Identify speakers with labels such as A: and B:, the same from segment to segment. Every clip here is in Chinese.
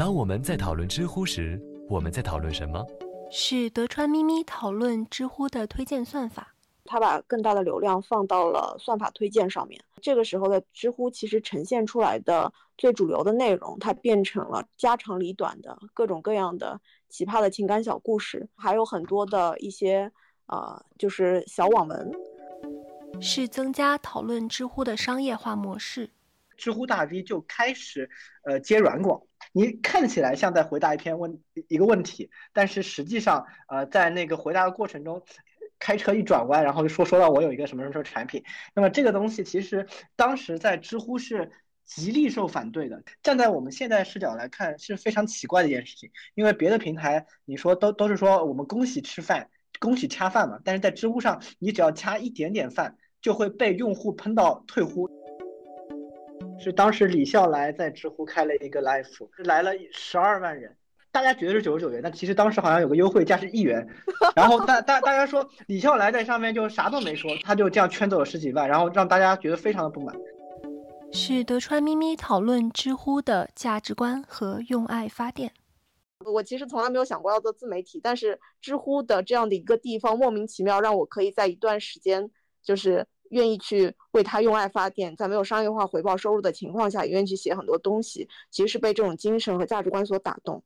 A: 当我们在讨论知乎时，我们在讨论什么？
B: 是德川咪咪讨论知乎的推荐算法。
C: 它把更大的流量放到了算法推荐上面。这个时候的知乎其实呈现出来的最主流的内容，它变成了家长里短的各种各样的奇葩的情感小故事，还有很多的一些就是小网文，
B: 是增加讨论知乎的商业化模式。
D: 知乎大 V 就开始接软广，你看起来像在回答一个问题，但是实际上在那个回答的过程中，开车一转弯，然后就说到我有一个什么什么产品。那么这个东西其实当时在知乎是极力受反对的，站在我们现在视角来看是非常奇怪的一件事情。因为别的平台你说都是说我们恭喜吃饭，恭喜恰饭嘛，但是在知乎上你只要掐一点点饭就会被用户喷到退呼。是当时李笑来在知乎开了一个 live， 来了12万人，大家觉得是99元，但其实当时好像有个优惠价是1元，然后大家说李笑来在上面就啥都没说，他就这样圈走了10几万，然后让大家觉得非常的不满。
B: 是德川咪咪讨论知乎的价值观和用爱发电。
C: 我其实从来没有想过要做自媒体，但是知乎的这样的一个地方莫名其妙让我可以在一段时间就是愿意去为他用爱发电，在没有商业化回报收入的情况下也愿意去写很多东西，其实是被这种精神和价值观所打动。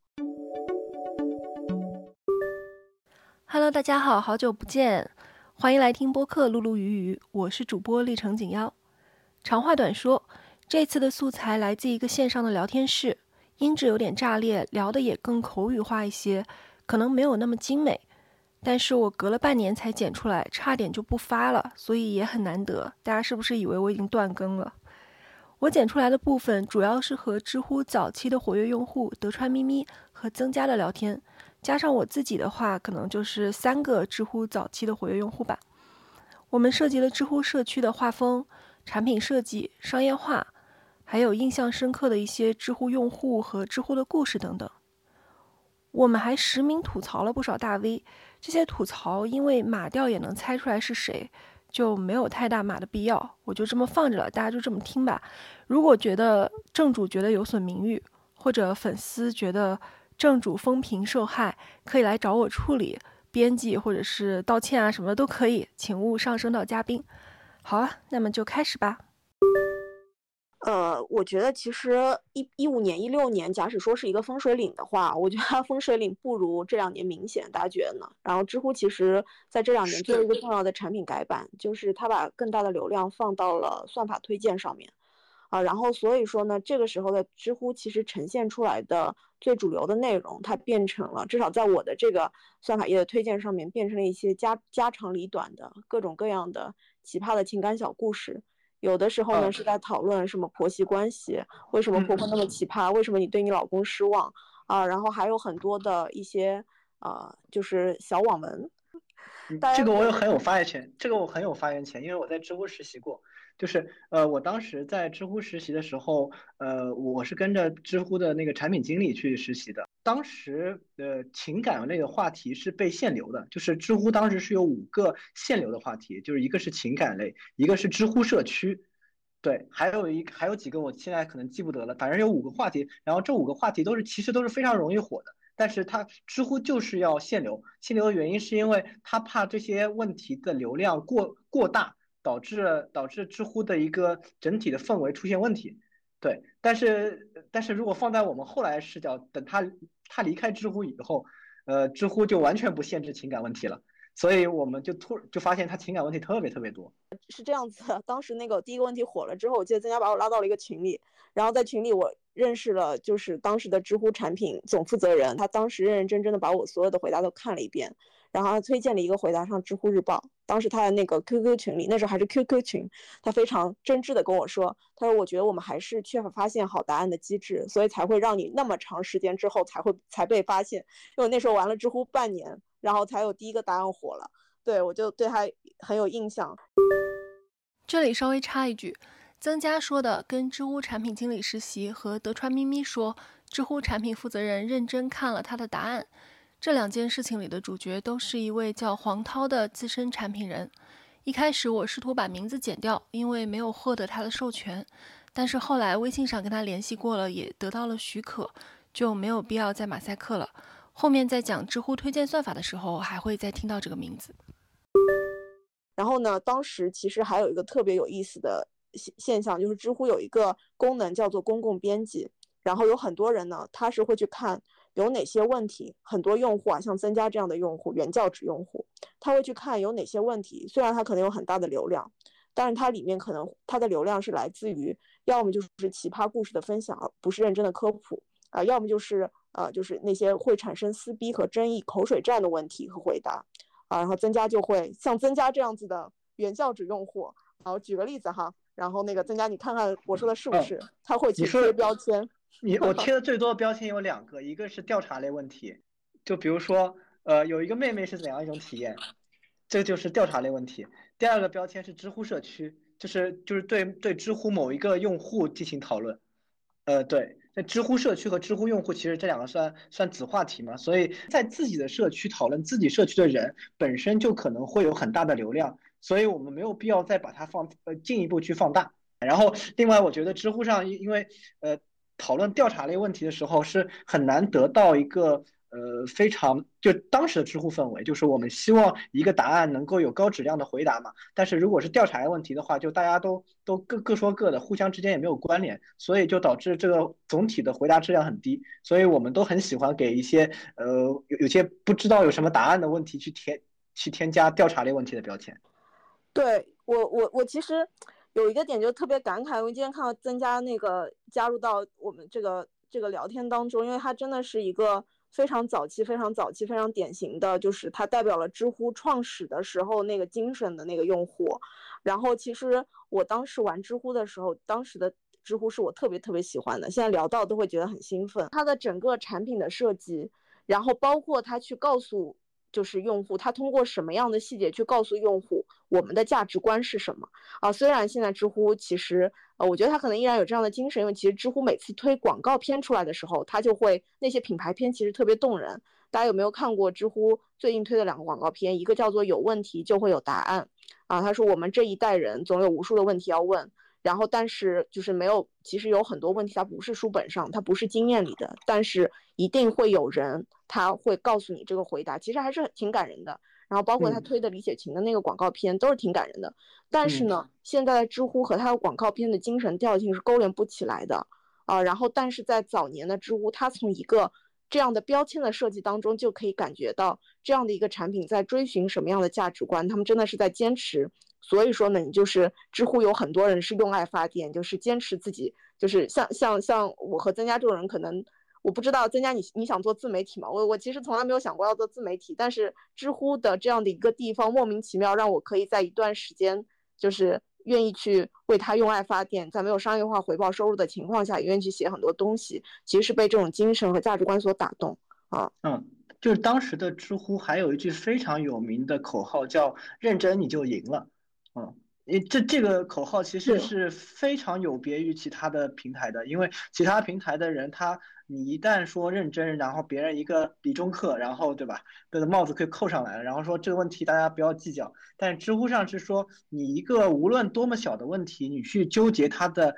B: Hello， 大家好，好久不见，欢迎来听播客碌碌鱼鱼，我是主播历程锦妖。长话短说，这次的素材来自一个线上的聊天室，音质有点炸裂，聊的也更口语化一些，可能没有那么精美，但是我隔了半年才剪出来，差点就不发了，所以也很难得。大家是不是以为我已经断更了？我剪出来的部分主要是和知乎早期的活跃用户德川咪咪和增加的聊天，加上我自己的话，可能就是3个知乎早期的活跃用户吧。我们涉及了知乎社区的画风、产品设计、商业化，还有印象深刻的一些知乎用户和知乎的故事等等。我们还实名吐槽了不少大 V， 这些吐槽因为码掉也能猜出来是谁，就没有太大码的必要，我就这么放着了，大家就这么听吧。如果觉得正主觉得有损名誉，或者粉丝觉得正主风评受害，可以来找我处理，编辑或者是道歉啊什么的都可以，请勿上升到嘉宾。好啊，那么就开始吧。
C: 我觉得其实15年、16年，假使说是一个分水岭的话，我觉得它分水岭不如这2年明显，大家觉得呢？然后知乎其实在这2年做了一个重要的产品改版，就是它把更大的流量放到了算法推荐上面，然后所以说呢，这个时候的知乎其实呈现出来的最主流的内容，它变成了至少在我的这个算法页的推荐上面，变成了一些家长里短的各种各样的奇葩的情感小故事。有的时候呢是在讨论什么婆媳关系，为什么婆婆那么奇葩，为什么你对你老公失望然后还有很多的一些就是小网文。
D: 这个我很有发言权，因为我在知乎实习过。就是我当时在知乎实习的时候，我是跟着知乎的那个产品经理去实习的。当时情感类的话题是被限流的，就是知乎当时是有5个限流的话题，就是一个是情感类，一个是知乎社区，对，还有几个我现在可能记不得了，反正有5个话题，然后这5个话题其实都是非常容易火的。但是它知乎就是要限流的原因是因为它怕这些问题的流量过大，导致知乎的一个整体的氛围出现问题。对，但是如果放在我们后来视角，等他离开知乎以后，知乎就完全不限制情感问题了，所以我们就发现他情感问题特别特别多。
C: 是这样子的，当时那个第一个问题火了之后，我记得增加把我拉到了一个群里，然后在群里我认识了就是当时的知乎产品总负责人，他当时认认真真的把我所有的回答都看了一遍，然后他推荐了一个回答上知乎日报。当时他的那个 QQ 群里，那时候还是 QQ 群，他非常真挚的跟我说，他说我觉得我们还是缺乏发现好答案的机制，所以才会让你那么长时间之后才被发现。因为我那时候玩了知乎半年，然后才有第一个答案火了。对，我就对他很有印象。
B: 这里稍微插一句，增加说的跟知乎产品经理实习和德川咪咪说知乎产品负责人认真看了他的答案，这2件事情里的主角都是一位叫黄涛的资深产品人。一开始我试图把名字剪掉，因为没有获得他的授权，但是后来微信上跟他联系过了，也得到了许可， 就没有必要再马赛克了。后面在讲知乎推荐算法的时候，还会再听到这个名字。
C: 然后呢，当时其实还有一个特别有意思的现象，就是知乎有一个功能叫做公共编辑，然后有很多人呢，他是会去看有哪些问题，很多用户啊，像增加这样的用户，原教旨用户，他会去看有哪些问题，虽然他可能有很大的流量，但是它里面可能它的流量是来自于要么就是奇葩故事的分享，而不是认真的科普要么就是那些会产生撕逼和争议、口水战的问题和回答然后增加就会像增加这样子的原教旨用户，然后举个例子哈，然后那个增加你看看我说的是不是，他会去贴标签。
D: 我贴的最多的标签有2个，一个是调查类问题，就比如说有一个妹妹是怎样一种体验，这就是调查类问题。第2个标签是知乎社区，就是对知乎某一个用户进行讨论。对，在知乎社区和知乎用户其实这2个算子话题嘛，所以在自己的社区讨论自己社区的人本身就可能会有很大的流量，所以我们没有必要再把它进一步去放大。然后另外我觉得知乎上因为讨论调查类问题的时候是很难得到一个非常就当时的知乎氛围，就是我们希望一个答案能够有高质量的回答嘛。但是如果是调查类问题的话，就大家都各说各的，互相之间也没有关联，所以就导致这个总体的回答质量很低。所以我们都很喜欢给一些有些不知道有什么答案的问题去添加调查类问题的标签。
C: 对，我其实有一个点就特别感慨，因为今天看到增加那个加入到我们这个聊天当中，因为他真的是一个非常早期、非常典型的，就是他代表了知乎创始的时候那个精神的那个用户。然后其实我当时玩知乎的时候，当时的知乎是我特别喜欢的，现在聊到都会觉得很兴奋。它的整个产品的设计，然后包括他去告诉就是用户，他通过什么样的细节去告诉用户我们的价值观是什么虽然现在知乎其实我觉得他可能依然有这样的精神，因为其实知乎每次推广告片出来的时候，他就会那些品牌片其实特别动人。大家有没有看过知乎最近推的2个广告片？一个叫做有问题就会有答案他说我们这一代人总有无数的问题要问，然后但是就是没有，其实有很多问题它不是书本上，它不是经验里的，但是一定会有人他会告诉你这个回答，其实还是挺感人的。然后包括他推的李雪琴的那个广告片都是挺感人的，但是呢现在的知乎和他的广告片的精神调性是勾连不起来的然后但是在早年的知乎，他从一个这样的标签的设计当中就可以感觉到这样的一个产品在追寻什么样的价值观，他们真的是在坚持。所以说呢，你就是知乎有很多人是用爱发电，就是坚持自己，就是像我和增加这种人，可能我不知道增加你想做自媒体吗？我其实从来没有想过要做自媒体，但是知乎的这样的一个地方莫名其妙让我可以在一段时间就是愿意去为他用爱发电，在没有商业化回报收入的情况下，也愿意去写很多东西，其实是被这种精神和价值观所打动
D: 就是当时的知乎还有一句非常有名的口号叫认真你就赢了这个口号其实是非常有别于其他的平台的，因为其他平台的人你一旦说认真，然后别人一个理中客，然后对吧，这个帽子可以扣上来了，然后说这个问题大家不要计较。但是知乎上是说你一个无论多么小的问题，你去纠结它的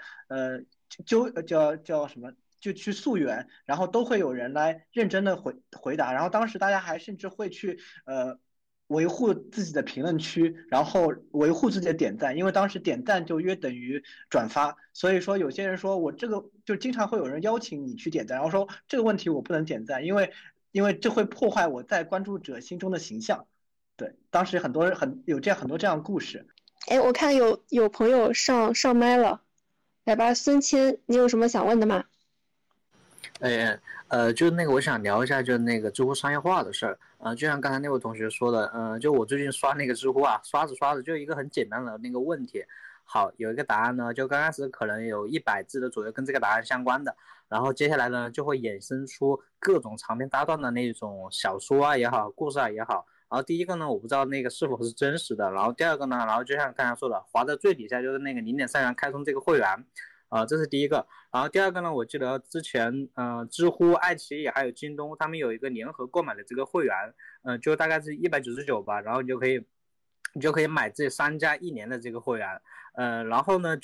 D: 叫什么，就去溯源，然后都会有人来认真的回答。然后当时大家还甚至会去维护自己的评论区，然后维护自己的点赞，因为当时点赞就约等于转发，所以说有些人说我这个就经常会有人邀请你去点赞，然后说这个问题我不能点赞，因为这会破坏我在关注者心中的形象。对，当时很多人很多这样的故事。
B: 哎，我看有朋友上麦了，来吧，孙谦，你有什么想问的吗？
E: 就是那个我想聊一下，就是那个知乎商业化的事儿就像刚才那位同学说的，就我最近刷那个知乎刷着就一个很简单的那个问题，好，有一个答案呢，就刚开始可能有100字的左右跟这个答案相关的，然后接下来呢就会衍生出各种长篇大段的那种小说也好，故事也好。然后第一个呢，我不知道那个是否是真实的，然后第二个呢，然后就像刚才说的，滑在最底下就是那个0.3元开通这个会员。这是第一个。然后第二个呢，我记得之前知乎、爱奇艺还有京东他们有一个联合购买的这个会员，就大概是199吧，然后你就可以买这3家1年的这个会员。然后呢就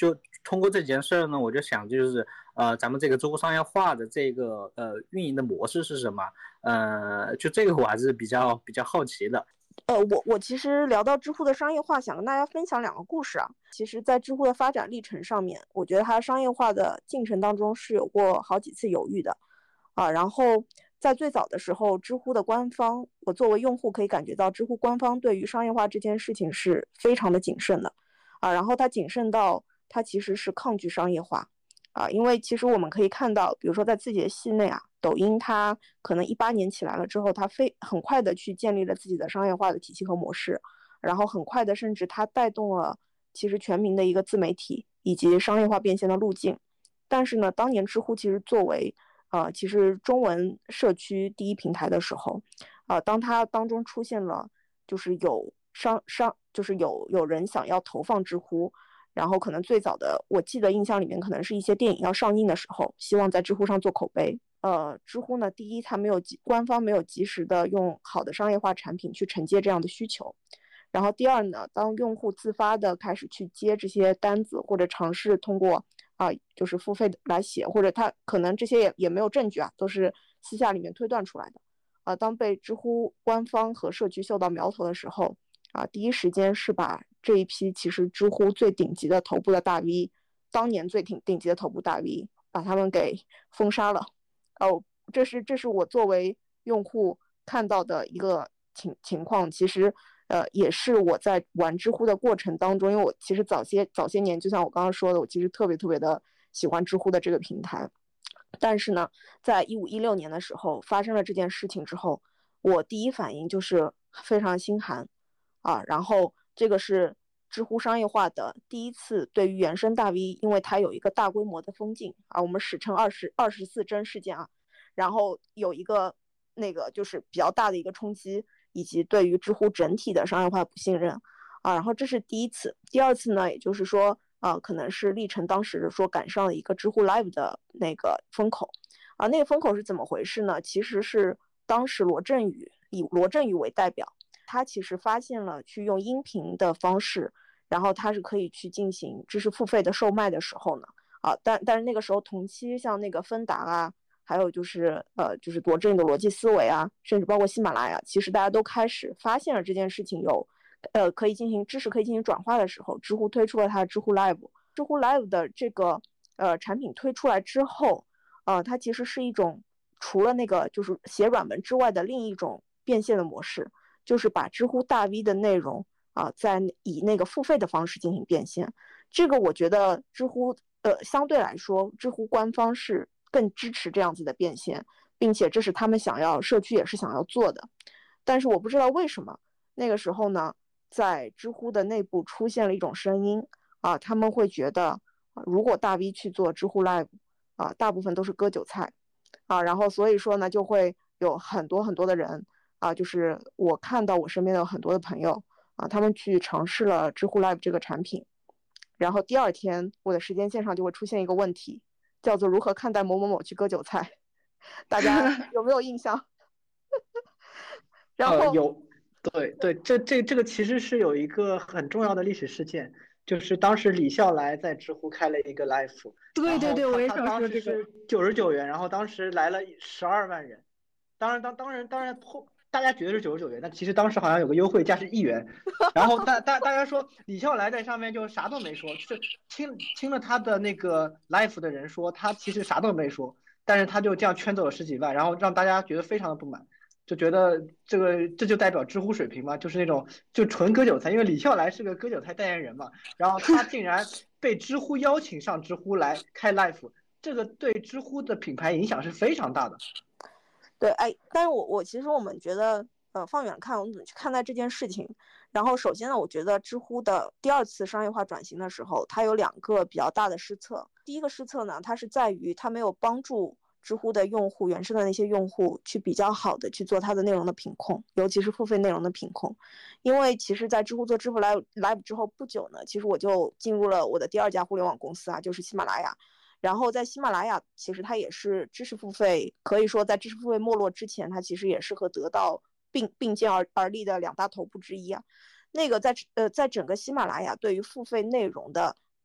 E: 通过这件事儿呢，我就想就是咱们这个知乎商业化的这个运营的模式是什么？就这个我还是比较好奇的。
C: 我其实聊到知乎的商业化，想跟大家分享2个故事啊。其实，在知乎的发展历程上面，我觉得它商业化的进程当中是有过好几次犹豫的啊。然后在最早的时候，知乎的官方，我作为用户可以感觉到，知乎官方对于商业化这件事情是非常的谨慎的啊。然后它谨慎到它其实是抗拒商业化啊，因为其实我们可以看到，比如说在自己的系内啊。抖音它可能18年起来了之后，它很快的去建立了自己的商业化的体系和模式，然后很快的甚至它带动了其实全民的一个自媒体以及商业化变现的路径。但是呢，当年知乎其实作为其实中文社区第一平台的时候，当它当中出现了就是有就是有人想要投放知乎，然后可能最早的我记得印象里面可能是一些电影要上映的时候，希望在知乎上做口碑。知乎呢，第一，它官方没有及时的用好的商业化产品去承接这样的需求。然后第二呢，当用户自发的开始去接这些单子，或者尝试通过就是付费来写，或者他可能这些也没有证据啊，都是私下里面推断出来的。当被知乎官方和社区嗅到苗头的时候，第一时间是把这一批其实知乎最顶级的头部的大 V， 当年最顶级的头部大 V， 把他们给封杀了。这是我作为用户看到的一个情况。其实也是我在玩知乎的过程当中，因为我其实早些年，就像我刚刚说的，我其实特别的喜欢知乎的这个平台。但是呢，在15、16年的时候发生了这件事情之后，我第一反应就是非常心寒啊。然后这个是知乎商业化的第一次对于原生大 V， 因为它有一个大规模的封禁啊，我们史称24帧事件啊，然后有一个那个就是比较大的一个冲击，以及对于知乎整体的商业化不信任啊。然后这是第一次。第二次呢，也就是说可能是历程当时说赶上了一个知乎 Live 的那个风口啊。那个风口是怎么回事呢？其实是当时以罗振宇为代表，他其实发现了去用音频的方式，然后他是可以去进行知识付费的售卖的时候呢但是那个时候同期像那个芬达啊，还有就是罗振宇的逻辑思维啊，甚至包括喜马拉雅，其实大家都开始发现了这件事情有可以进行知识可以进行转化的时候，知乎推出了它的知乎 Live。 知乎 Live 的这个产品推出来之后它其实是一种除了那个就是写软文之外的另一种变现的模式，就是把知乎大 V 的内容在以那个付费的方式进行变现。这个我觉得知乎相对来说，知乎官方是更支持这样子的变现，并且这是他们社区也是想要做的。但是我不知道为什么那个时候呢，在知乎的内部出现了一种声音他们会觉得如果大 V 去做知乎 Live 大部分都是割韭菜然后所以说呢，就会有很多的人就是我看到我身边的有很多的朋友他们去尝试了知乎 Live 这个产品，然后第二天我的时间线上就会出现一个问题，叫做如何看待某某某去割韭菜，大家有没有印象？然后
D: 对，这个其实是有一个很重要的历史事件，就是当时李笑来在知乎开了一个 live，
B: 对，我也想
D: 当
B: 说这个
D: 时是99元，然后当时来了12万人，当然大家觉得是99元，但其实当时好像有个优惠价是1元，然后大家说李笑来在上面就啥都没说，就是听了他的那个 live 的人说他其实啥都没说，但是他就这样圈走了10几万，然后让大家觉得非常的不满，就觉得这就代表知乎水平嘛，就是那种就纯割韭菜，因为李笑来是个割韭菜代言人嘛，然后他竟然被知乎邀请上知乎来开 live， 这个对知乎的品牌影响是非常大的。
C: 对，但是我其实我们觉得放远看，我们怎么去看待这件事情？然后首先呢，我觉得知乎的第二次商业化转型的时候，它有2个比较大的失策。第一个失策呢，它是在于它没有帮助知乎的用户原生的那些用户去比较好的去做它的内容的品控，尤其是付费内容的品控。因为其实在知乎做知乎 Live 之后不久呢，其实我就进入了我的第2家互联网公司就是喜马拉雅。然后在喜马拉雅，其实它也是知识付费，可以说在知识付费没落之前，它其实也是和得到并肩而立的2大头部之一那个在整个喜马拉雅对于付费内容的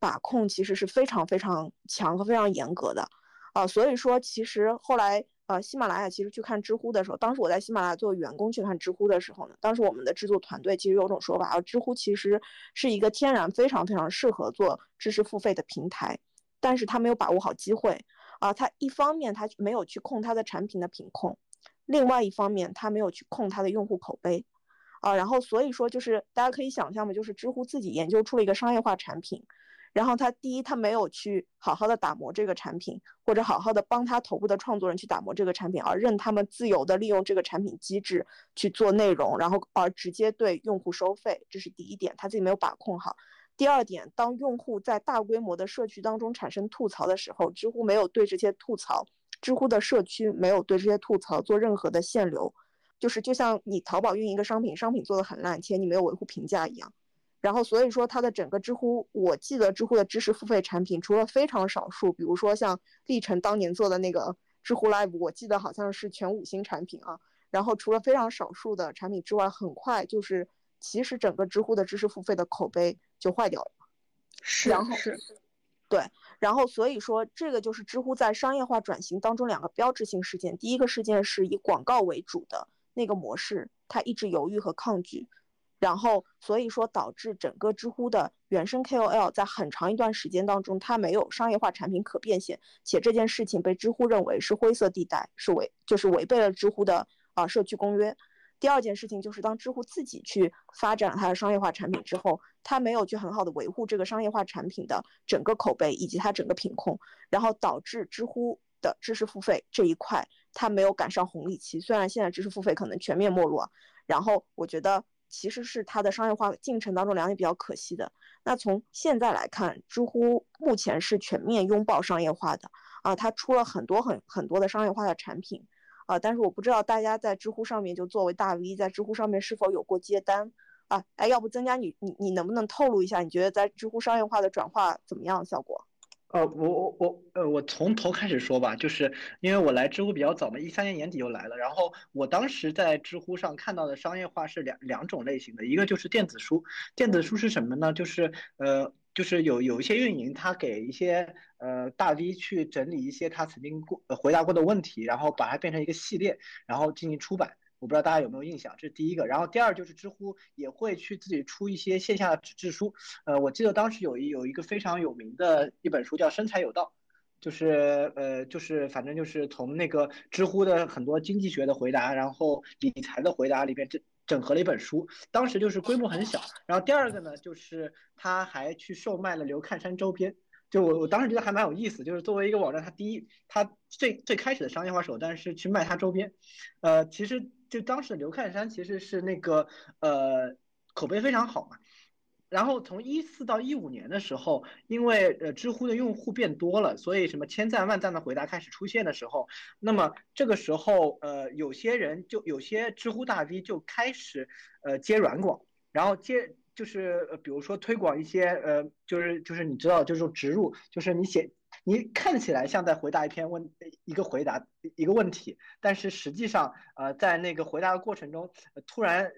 C: 把控其实是非常非常强和非常严格的所以说其实后来喜马拉雅其实去看知乎的时候，当时我在喜马拉雅作为员工去看知乎的时候呢，当时我们的制作团队其实有种说法知乎其实是一个天然非常非常适合做知识付费的平台，但是他没有把握好机会他一方面他没有去控他的产品的品控，另外一方面他没有去控他的用户口碑然后所以说就是大家可以想象嘛，就是知乎自己研究出了一个商业化产品，然后他第一他没有去好好的打磨这个产品，或者好好的帮他头部的创作人去打磨这个产品，而任他们自由的利用这个产品机制去做内容，然后直接对用户收费，这是第一点，他自己没有把控好。第二点，当用户在大规模的社区当中产生吐槽的时候，知乎没有对这些吐槽，知乎的社区没有对这些吐槽做任何的限流，就像你淘宝运营一个商品做得很烂，且你没有维护评价一样。然后所以说它的整个知乎，我记得知乎的知识付费产品除了非常少数，比如说像历程当年做的那个知乎 Live， 我记得好像是全5星产品然后除了非常少数的产品之外，很快就是其实整个知乎的知识付费的口碑就坏掉了。对，然后所以说这个就是知乎在商业化转型当中2个标志性事件。第一个事件是以广告为主的那个模式，它一直犹豫和抗拒，然后所以说导致整个知乎的原生 KOL 在很长一段时间当中，它没有商业化产品可变现，且这件事情被知乎认为是灰色地带，就是违背了知乎的社区公约。第二件事情就是当知乎自己去发展它的商业化产品之后，它没有去很好的维护这个商业化产品的整个口碑以及它整个品控，然后导致知乎的知识付费这一块它没有赶上红利期。虽然现在知识付费可能全面没落，然后我觉得其实是它的商业化进程当中2点比较可惜的。那从现在来看，知乎目前是全面拥抱商业化的它出了很多的商业化的产品但是我不知道大家在知乎上面就作为大 V 在知乎上面是否有过接单要不增加你能不能透露一下，你觉得在知乎商业化的转化怎么样效果？
D: 我从头开始说吧，就是因为我来知乎比较早嘛，13年年底就来了。然后我当时在知乎上看到的商业化是两种类型的，一个就是电子书。电子书是什么呢？就是有一些运营，他给一些大 V 去整理一些他曾经回答过的问题，然后把它变成一个系列，然后进行出版。我不知道大家有没有印象，这是第一个。然后第二就是知乎也会去自己出一些线下的纸质书。我记得当时有一个非常有名的一本书叫《生财有道》，就是反正就是从那个知乎的很多经济学的回答，然后理财的回答里边整合了一本书，当时就是规模很小。然后第二个呢，就是他还去售卖了刘看山周边。就我当时觉得还蛮有意思，就是作为一个网站，它最开始的商业化手段是去卖它周边，其实就当时的刘看山其实是那个口碑非常好嘛。然后从14到15年的时候，因为知乎的用户变多了，所以什么千赞万赞的回答开始出现的时候，那么这个时候有些知乎大 V 就开始接软广，然后就是比如说推广一些就是你知道就是植入，就是你看起来像在回答一个问题，但是实际上在那个回答的过程中突然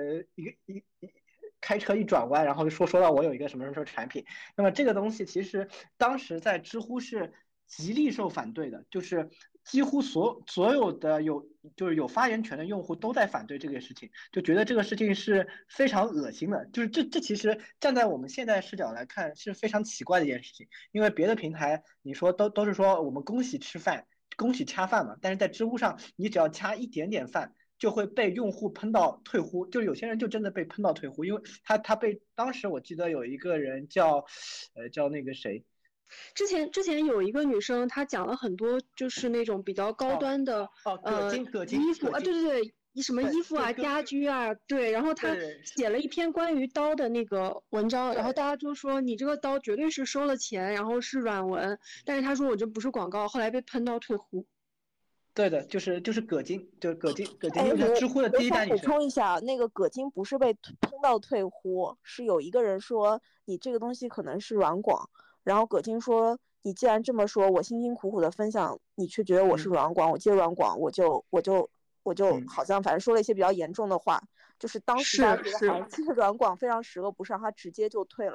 D: 开车一转弯，然后就说到我有一个什么什么产品。那么这个东西其实当时在知乎是极力受反对的，就是几乎所有的有发言权的用户都在反对这个事情，就觉得这个事情是非常恶心的。就是这其实站在我们现在视角来看是非常奇怪的一件事情，因为别的平台你说都是说我们恭喜吃饭，恭喜恰饭嘛，但是在知乎上你只要恰一点点饭，就会被用户喷到退呼，就有些人就真的被喷到退呼，因为他被当时我记得有一个人叫那个谁。
B: 之前有一个女生，她讲了很多就是那种比较高端的衣服对，什么衣服家居对，然后她写了一篇关于刀的那个文章，然后大家就说你这个刀绝对是收了钱，然后是软文，但是她说我这不是广告，后来被喷到退呼。
D: 对的，就是葛金，就是葛金就是知乎的第一代女生。
C: 我补充一下，那个葛金不是被喷到退呼，是有一个人说你这个东西可能是软广，然后葛金说你既然这么说，我辛辛苦苦的分享，你却觉得我是软广，我接软广，我就好像反正说了一些比较严重的话，就是当时大家觉得好像接软广非常十恶不赦，他直接就退了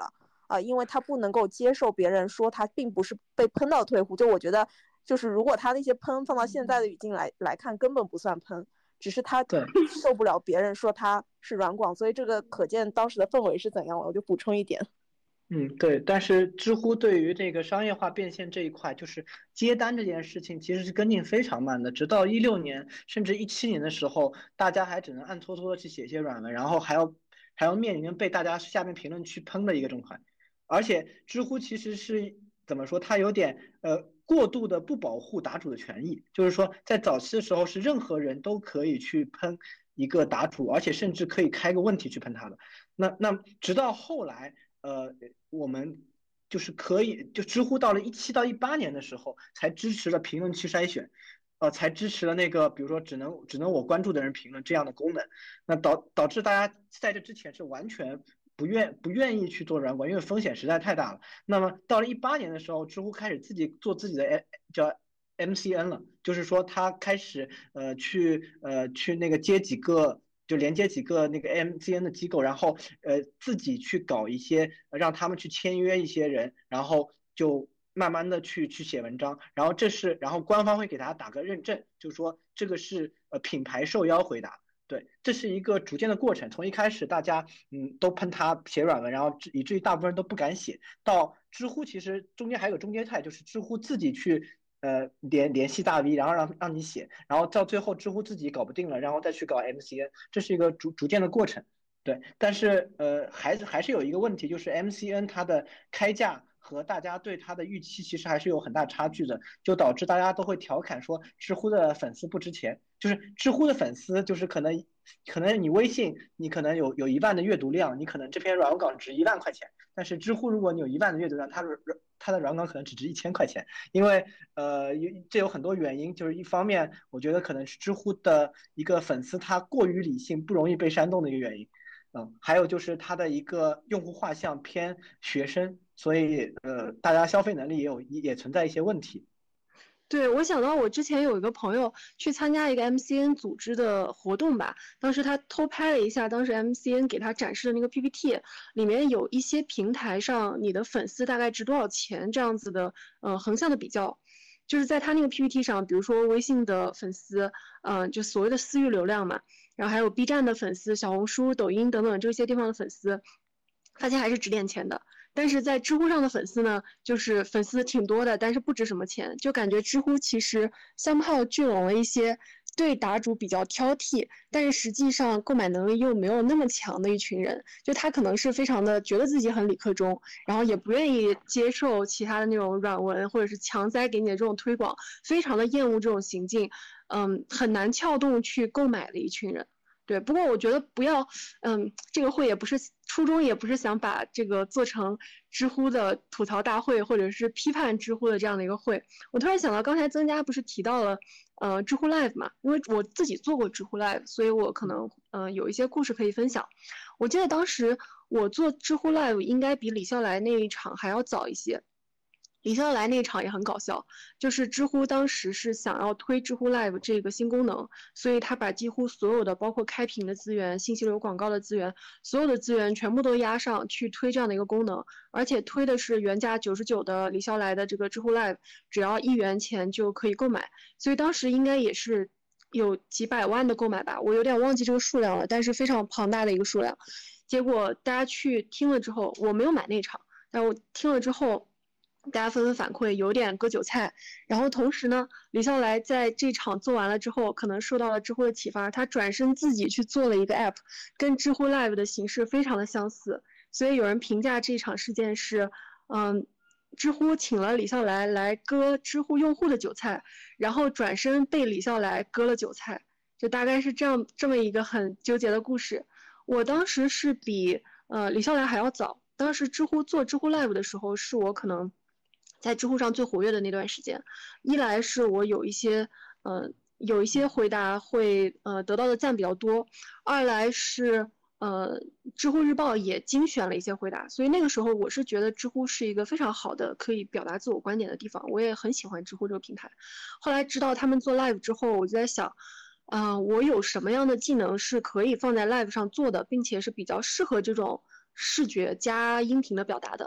C: 因为他不能够接受别人说他并不是被喷到退户。就我觉得，就是如果他那些喷放到现在的语境来看，根本不算喷，只是他受不了别人说他是软广，所以这个可见当时的氛围是怎样了。我就补充一点。
D: 对，但是知乎对于这个商业化变现这一块，就是接单这件事情，其实是跟进非常慢的。直到16年甚至17年的时候，大家还只能暗搓搓的去写一些软文，然后还要面临被大家下面评论区喷的一个状态。而且知乎其实是怎么说，它有点过度的不保护答主的权益，就是说在早期的时候是任何人都可以去喷一个答主，而且甚至可以开个问题去喷他的。那直到后来。我们就是可以，就知乎到了17到18年的时候，才支持了评论区筛选，才支持了那个比如说只能我关注的人评论这样的功能。那导致大家在这之前是完全不愿意去做软广，因为风险实在太大了。那么到了18年的时候，知乎开始自己做自己的叫 MCN 了，就是说他开始去那个接几个。就连接几个那个 MCN 的机构，然后自己去搞一些让他们去签约一些人，然后就慢慢的去写文章，然后官方会给他打个认证，就是说这个是品牌受邀回答。对，这是一个逐渐的过程，从一开始大家都喷他写软文，然后以至于大部分人都不敢写，到知乎其实中间还有中间态，就是知乎自己去联系大 V， 然后让你写，然后到最后知乎自己搞不定了，然后再去搞 MCN， 这是一个逐渐的过程。对，但是还是有一个问题，就是 MCN 它的开价和大家对它的预期其实还是有很大差距的，就导致大家都会调侃说知乎的粉丝不值钱，就是知乎的粉丝就是可能你微信你可能有1万的阅读量，你可能这篇软文稿值1万块钱，但是知乎如果你有1万的阅读量，它的软稿可能只值1000块钱，因为这有很多原因，就是一方面我觉得可能是知乎的一个粉丝他过于理性，不容易被煽动的一个原因。还有就是它的一个用户画像偏学生，所以大家消费能力也存在一些问题。
B: 对，我想到我之前有一个朋友去参加一个 MCN 组织的活动吧，当时他偷拍了一下当时 MCN 给他展示的那个 PPT， 里面有一些平台上你的粉丝大概值多少钱这样子的横向的比较。就是在他那个 PPT 上，比如说微信的粉丝，就所谓的私域流量嘛，然后还有 B 站的粉丝、小红书、抖音等等这些地方的粉丝，发现还是值点钱的。但是在知乎上的粉丝呢，就是粉丝挺多的，但是不值什么钱，就感觉知乎其实somehow聚拢了一些对答主比较挑剔，但是实际上购买能力又没有那么强的一群人，就他可能是非常的觉得自己很理科中，然后也不愿意接受其他的那种软文或者是强塞给你的这种推广，非常的厌恶这种行径，很难撬动去购买的一群人。对，不过我觉得不要，这个会也不是初衷，也不是想把这个做成知乎的吐槽大会，或者是批判知乎的这样的一个会。我突然想到，刚才曾佳不是提到了，知乎 Live 嘛？因为我自己做过知乎 Live， 所以我可能有一些故事可以分享。我记得当时我做知乎 Live 应该比李笑来那一场还要早一些。李笑来那场也很搞笑，就是知乎当时是想要推知乎 Live 这个新功能，所以他把几乎所有的包括开屏的资源、信息流广告的资源，所有的资源全部都压上去推这样的一个功能，而且推的是原价99的李笑来的这个知乎 Live， 只要1元钱就可以购买，所以当时应该也是有几百万的购买吧，我有点忘记这个数量了，但是非常庞大的一个数量。结果大家去听了之后，我没有买那场，但我听了之后。大家纷纷反馈有点割韭菜，然后同时呢，李笑来在这场做完了之后，可能受到了知乎的启发，他转身自己去做了一个 app， 跟知乎 Live 的形式非常的相似，所以有人评价这场事件是，知乎请了李笑来来割知乎用户的韭菜，然后转身被李笑来割了韭菜，就大概是这么一个很纠结的故事。我当时是比李笑来还要早，当时做知乎 Live 的时候，是我可能在知乎上最活跃的那段时间，一来是我有一些回答会得到的赞比较多，二来是知乎日报也精选了一些回答，所以那个时候我是觉得知乎是一个非常好的可以表达自我观点的地方，我也很喜欢知乎这个平台。后来知道他们做 Live 之后，我就在想，我有什么样的技能是可以放在 Live 上做的，并且是比较适合这种视觉加音频的表达的。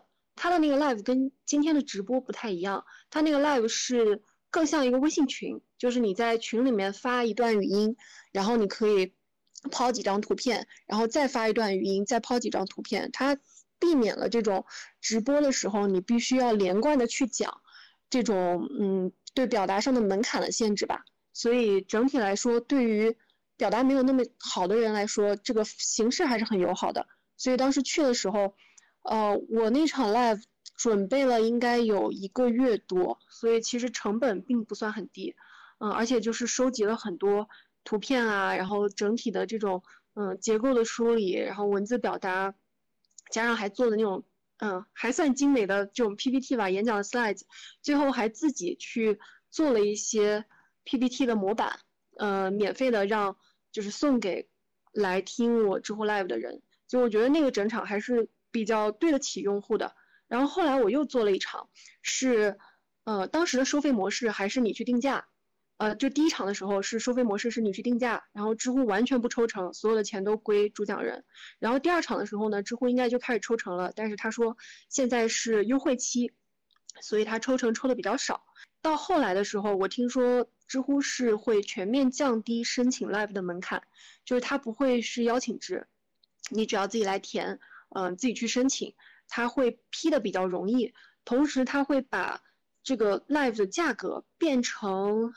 B: 他的那个 live 跟今天的直播不太一样，他那个 live 是更像一个微信群，就是你在群里面发一段语音，然后你可以抛几张图片，然后再发一段语音，再抛几张图片。它避免了这种直播的时候你必须要连贯的去讲这种对表达上的门槛的限制吧。所以整体来说，对于表达没有那么好的人来说，这个形式还是很友好的。所以当时去的时候，我那场 live 准备了应该有1个月多，所以其实成本并不算很低，而且就是收集了很多图片啊，然后整体的这种结构的梳理，然后文字表达，加上还做的那种还算精美的这种 PPT 吧，演讲的 slides， 最后还自己去做了一些 PPT 的模板，免费的就是送给来听我知乎 live 的人，就我觉得那个整场还是比较对得起用户的。然后后来我又做了一场，是当时的收费模式还是你去定价，就第一场的时候是收费模式是你去定价，然后知乎完全不抽成，所有的钱都归主讲人。然后第二场的时候呢，知乎应该就开始抽成了，但是他说现在是优惠期，所以他抽成抽的比较少。到后来的时候，我听说知乎是会全面降低申请 live 的门槛，就是它不会是邀请制，你只要自己来填，自己去申请，它会批的比较容易。同时它会把这个 live 的价格变成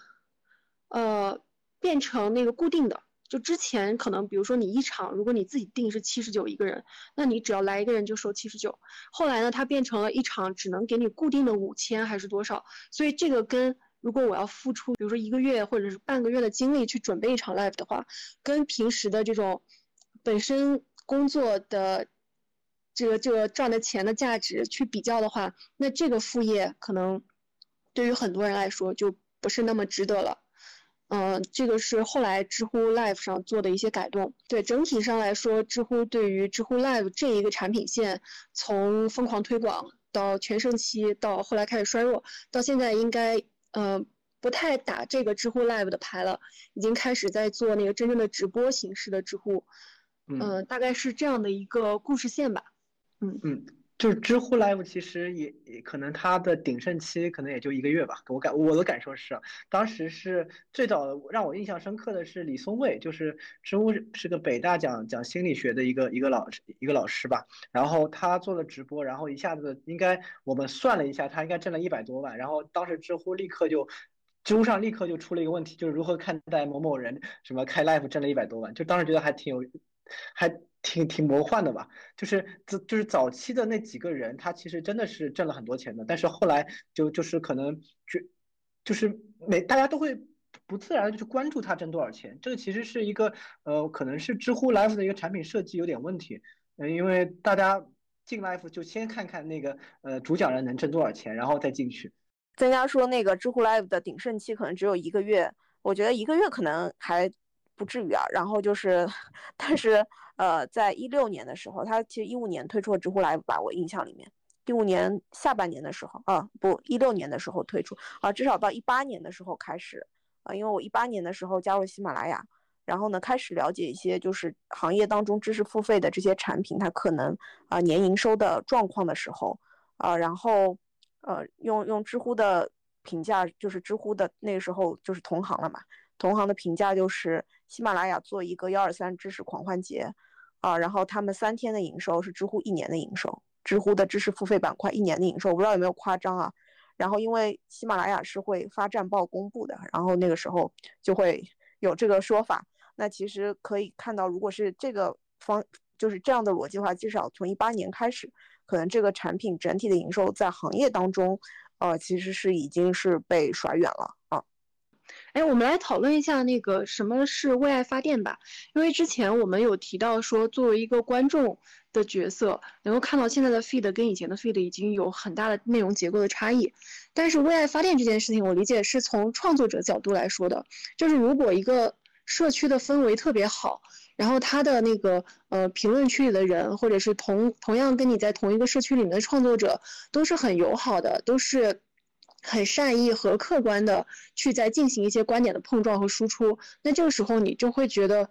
B: 那个固定的，就之前可能比如说你一场，如果你自己定是79一个人，那你只要来一个人就收79。后来呢，它变成了一场只能给你固定的5000还是多少，所以这个跟如果我要付出比如说1个月或者是半个月的精力去准备一场 live 的话，跟平时的这种本身工作的这个赚的钱的价值去比较的话，那这个副业可能对于很多人来说就不是那么值得了。这个是后来知乎 Live 上做的一些改动。对，整体上来说，知乎对于知乎 Live 这一个产品线，从疯狂推广到全盛期，到后来开始衰弱，到现在应该不太打这个知乎 Live 的牌了，已经开始在做那个真正的直播形式的知乎。大概是这样的一个故事线吧。
D: 就是知乎 Live 其实也可能它的鼎盛期可能也就1个月吧，我的感受是，当时是最早让我印象深刻的是李松蔚，就是知乎是个北大讲心理学的一个老师吧，然后他做了直播，然后一下子应该我们算了一下，他应该挣了100多万，然后当时知乎上立刻就出了一个问题，就是如何看待某某人什么开 Live 挣了100多万，就当时觉得还挺魔幻的吧，就是早期的那几个人，他其实真的是挣了很多钱的，但是后来就是可能就是大家都会不自然的去关注他挣多少钱，这个其实是一个可能是知乎 Live 的一个产品设计有点问题，因为大家进 Live 就先看看那个主讲人能挣多少钱，然后再进去。
C: 增加说那个知乎 Live 的鼎盛期可能只有1个月，我觉得1个月可能还不至于啊。然后就是，但是在16年的时候，他其实15年推出了知乎 Live 吧，我印象里面，15年下半年的时候16年的时候推出至少到18年的时候开始因为我18年的时候加入喜马拉雅，然后呢开始了解一些就是行业当中知识付费的这些产品，它可能年营收的状况的时候然后用知乎的评价，就是知乎的那个时候就是同行了嘛，同行的评价就是喜马拉雅做一个123知识狂欢节然后他们3天的营收是知乎1年的营收，知乎的知识付费板块1年的营收，我不知道有没有夸张啊。然后因为喜马拉雅是会发战报公布的，然后那个时候就会有这个说法。那其实可以看到，如果是这个就是这样的逻辑的话，至少从18年开始，可能这个产品整体的营收在行业当中其实是已经是被甩远了
B: 我们来讨论一下那个什么是为爱发电吧。因为之前我们有提到说，作为一个观众的角色，能够看到现在的 feed 跟以前的 feed 已经有很大的内容结构的差异。但是为爱发电这件事情，我理解是从创作者角度来说的，就是如果一个社区的氛围特别好，然后他的那个评论区里的人，或者是同样跟你在同一个社区里面的创作者都是很友好的，都是很善意和客观的去在进行一些观点的碰撞和输出，那这个时候你就会觉得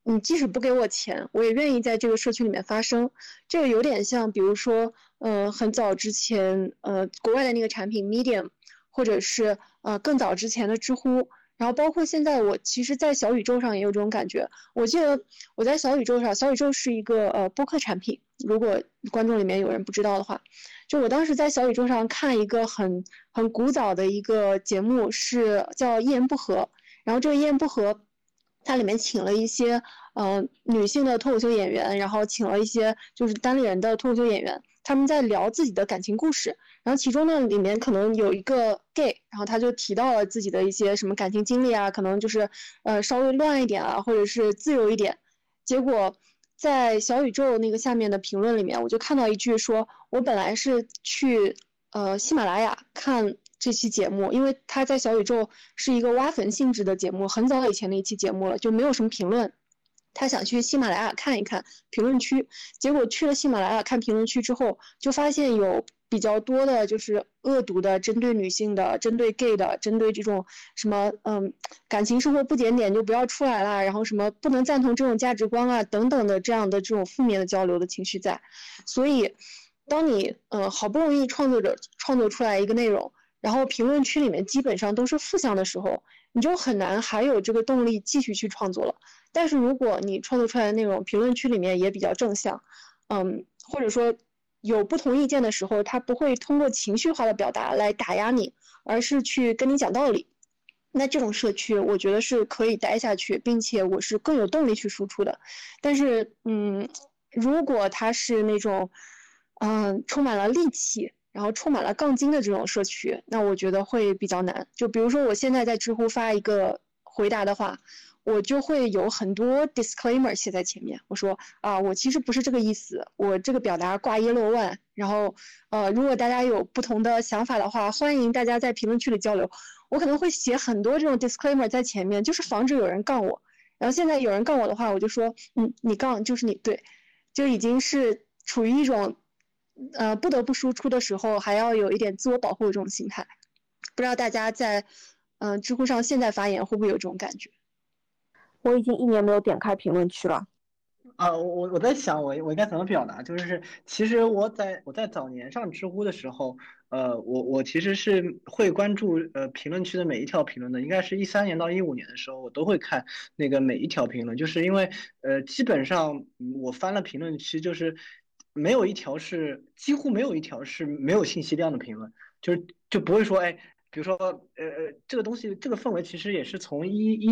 F: 你即使不给我钱，我也愿意在这个社区里面发声。这个有点像，比如说，很早之前，国外的那个产品 Medium， 或者是更早之前的知乎。然后包括现在，我其实，在小宇宙上也有这种感觉。我记得我在小宇宙上，小宇宙是一个播客产品，如果观众里面有人不知道的话，就我当时在小宇宙上看一个很古早的一个节目，是叫《一言不合》，然后这个《一言不合》，它里面请了一些女性的脱口秀演员，然后请了一些就是单立人的脱口秀演员，他们在聊自己的感情故事。然后其中呢，里面可能有一个 gay， 然后他就提到了自己的一些什么感情经历啊，可能就是稍微乱一点啊，或者是自由一点。结果在小宇宙那个下面的评论里面，我就看到一句说，我本来是去喜马拉雅看这期节目，因为他在小宇宙是一个挖坟性质的节目，很早以前的一期节目了，就没有什么评论。他想去喜马拉雅看一看评论区，结果去了喜马拉雅看评论区之后，就发现有比较多的就是恶毒的，针对女性的，针对 gay 的，针对这种什么感情生活不检点就不要出来啦，然后什么不能赞同这种价值观啊等等的这样的这种负面的交流的情绪在。所以当你好不容易创作出来一个内容，然后评论区里面基本上都是负向的时候，你就很难还有这个动力继续去创作了。但是如果你创作出来的内容评论区里面也比较正向，或者说有不同意见的时候，他不会通过情绪化的表达来打压你，而是去跟你讲道理，那这种社区我觉得是可以待下去，并且我是更有动力去输出的。但是如果他是那种充满了戾气，然后充满了杠精的这种社区，那我觉得会比较难。就比如说我现在在知乎发一个回答的话，我就会有很多 disclaimer 写在前面，我说我其实不是这个意思，我这个表达挂一漏万，然后如果大家有不同的想法的话，欢迎大家在评论区里交流。我可能会写很多这种 disclaimer 在前面，就是防止有人杠我。然后现在有人杠我的话，我就说你杠就是你对，就已经是处于一种不得不输出的时候还要有一点自我保护的这种心态。不知道大家在知乎上现在发言会不会有这种感觉？
C: 我已经1年没有点开评论区了。
D: 我在想我应该怎么表达，就是其实我在早年上知乎的时候，我其实是会关注评论区的每一条评论的，应该是13年到15年的时候，我都会看那个每一条评论，就是因为基本上我翻了评论区，就是几乎没有一条是没有信息量的评论，就不会说比如说，这个东西，这个氛围其实也是从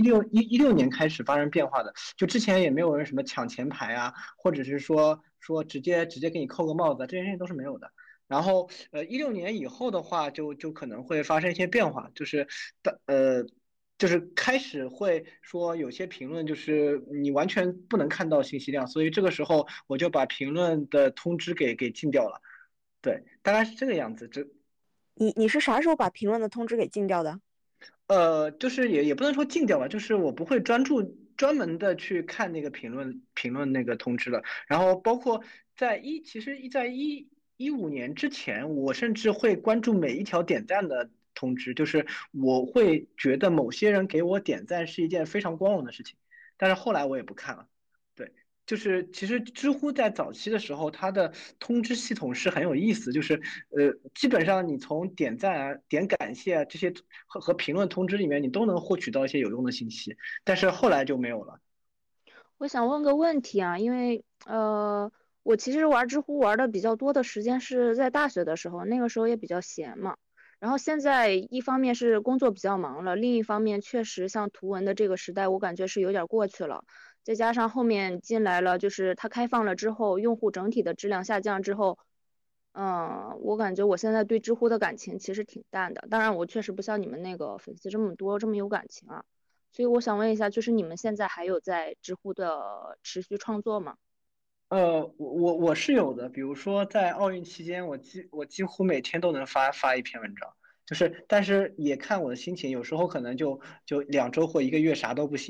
D: 16年开始发生变化的。就之前也没有人什么抢前排啊，或者是说直接给你扣个帽子，这些事情都是没有的。然后16年以后的话，就可能会发生一些变化，就是开始会说有些评论就是你完全不能看到信息量，所以这个时候我就把评论的通知给禁掉了。对，大概是这个样子。
C: 你是啥时候把评论的通知给禁掉的？
D: 就是也不能说禁掉吧，就是我不会专门的去看那个评论那个通知了。然后包括其实在15年之前，我甚至会关注每一条点赞的通知，就是我会觉得某些人给我点赞是一件非常光荣的事情，但是后来我也不看了。对。就是其实知乎在早期的时候，它的通知系统是很有意思，就是基本上你从点赞啊、点感谢啊这些和评论通知里面，你都能获取到一些有用的信息，但是后来就没有了。
G: 我想问个问题啊，因为我其实玩知乎玩的比较多的时间是在大学的时候，那个时候也比较闲嘛。然后现在一方面是工作比较忙了，另一方面确实像图文的这个时代，我感觉是有点过去了。再加上后面进来了，就是它开放了之后，用户整体的质量下降之后，我感觉我现在对知乎的感情其实挺淡的。当然，我确实不像你们那个粉丝这么多，这么有感情啊。所以我想问一下，就是你们现在还有在知乎的持续创作吗？
D: 我是有的，比如说在奥运期间，我几乎每天都能发一篇文章，但是也看我的心情，有时候可能就2周或1个月啥都不写。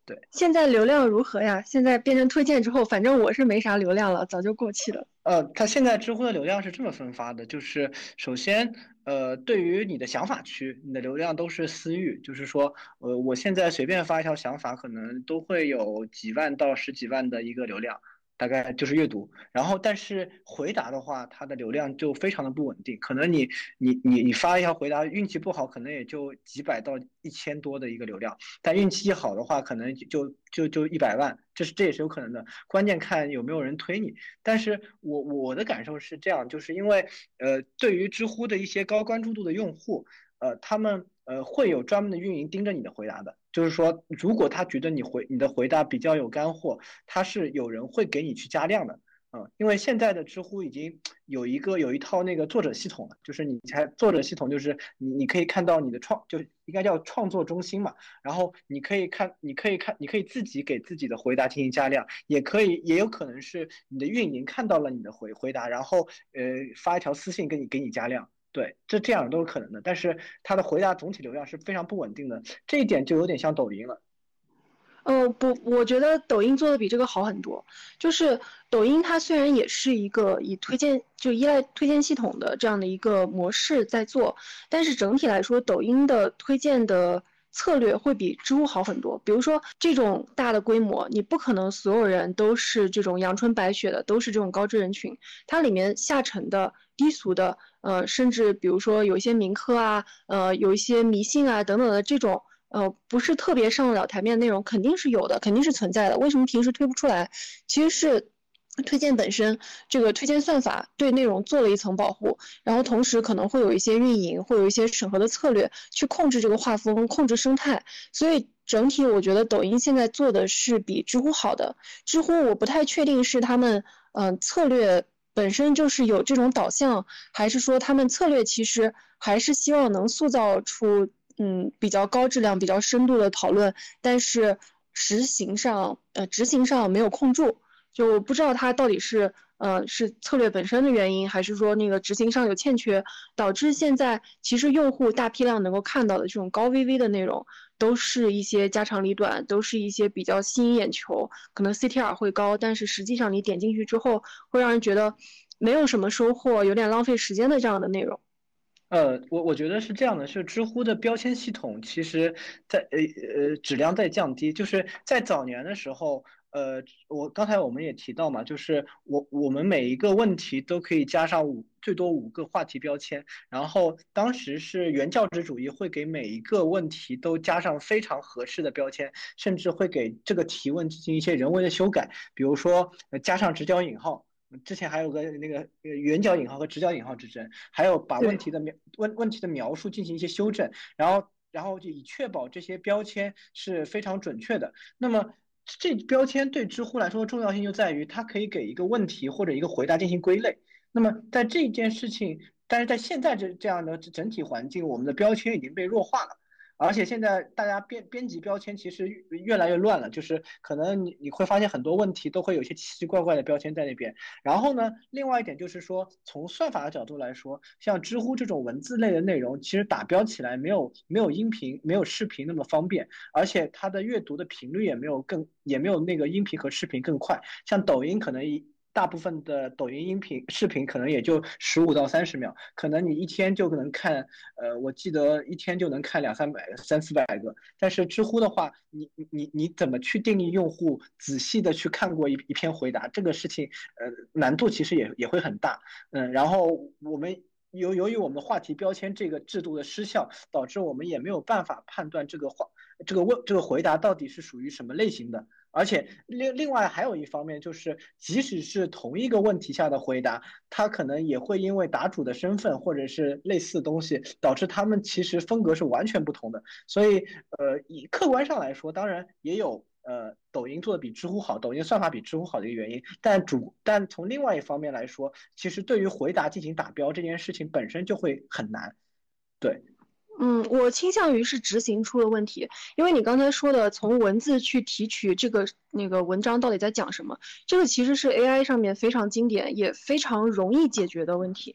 F: 现在流量如何呀？现在变成推荐之后，反正我是没啥流量了，早就过气了。
D: 它现在知乎的流量是这么分发的，就是首先，对于你的想法区，你的流量都是私域，就是说，我现在随便发一条想法，可能都会有几万到十几万的一个流量，大概就是阅读。然后，但是回答的话，它的流量就非常的不稳定，可能你发一条回答，运气不好，可能也就几百到1000多的一个流量，但运气好的话，可能就100万，这也是有可能的。关键看有没有人推你。但是我的感受是这样，就是因为对于知乎的一些高关注度的用户，他们会有专门的运营盯着你的回答的，就是说，如果他觉得你的回答比较有干货，他是有人会给你去加量的。因为现在的知乎已经有一套那个作者系统了，就是作者系统就是你可以看到你的就应该叫创作中心嘛，然后你可以自己给自己的回答进行加量，也有可能是你的运营看到了你的回答，然后发一条私信给你加量。对，这样都是可能的，但是它的回答总体流量是非常不稳定的，这一点就有点像抖音了。
F: 不，我觉得抖音做的比这个好很多。就是抖音它虽然也是一个依赖推荐系统的这样的一个模式在做，但是整体来说，抖音的推荐的策略会比知乎好很多。比如说这种大的规模，你不可能所有人都是这种阳春白雪的，都是这种高知人群，它里面下沉的、低俗的，甚至比如说有一些民科啊，有一些迷信啊等等的这种。不是特别上得了台面的内容肯定是有的，肯定是存在的。为什么平时推不出来？其实是推荐本身这个推荐算法对内容做了一层保护，然后同时可能会有一些运营，会有一些审核的策略去控制这个画风，控制生态。所以整体我觉得抖音现在做的是比知乎好的。知乎我不太确定是他们策略本身就是有这种导向，还是说他们策略其实还是希望能塑造出比较高质量、比较深度的讨论，但是执行上没有控住，就不知道它到底是策略本身的原因，还是说那个执行上有欠缺，导致现在其实用户大批量能够看到的这种高 VV 的内容，都是一些家长里短，都是一些比较吸引眼球，可能 CTR 会高，但是实际上你点进去之后，会让人觉得没有什么收获，有点浪费时间的这样的内容。
D: 我觉得是这样的，是知乎的标签系统其实在质量在降低，就是在早年的时候，刚才我们也提到嘛，就是我们每一个问题都可以加上最多5个话题标签，然后当时是原教旨主义会给每一个问题都加上非常合适的标签，甚至会给这个提问进行一些人为的修改，比如说加上直角引号。之前还有个那个圆角引号和直角引号之争，还有把问题的描述进行一些修正，然后就以确保这些标签是非常准确的。那么这标签对知乎来说的重要性就在于它可以给一个问题或者一个回答进行归类。那么在这件事情，但是在现在这样的整体环境，我们的标签已经被弱化了。而且现在大家编辑标签其实越来越乱了，就是可能你会发现很多问题都会有一些奇奇怪怪的标签在那边。然后呢，另外一点就是说，从算法的角度来说，像知乎这种文字类的内容，其实打标起来没有音频、没有视频那么方便，而且它的阅读的频率也没有那个音频和视频更快。像抖音可能大部分的抖音视频可能也就15到30秒，可能你一天就能看，我记得一天就能看300、400个。但是知乎的话，你怎么去定义用户仔细的去看过一篇回答，这个事情，难度其实也会很大。然后我们由于我们的话题标签这个制度的失效，导致我们也没有办法判断这个回答到底是属于什么类型的。而且另外还有一方面就是，即使是同一个问题下的回答，它可能也会因为答主的身份或者是类似的东西，导致他们其实风格是完全不同的。所以以客观上来说，当然也有抖音做的比知乎好，抖音算法比知乎好的一个原因，但从另外一方面来说，其实对于回答进行打标这件事情本身就会很难。对。
F: 我倾向于是执行出了问题，因为你刚才说的从文字去提取那个文章到底在讲什么，这个其实是 AI 上面非常经典也非常容易解决的问题。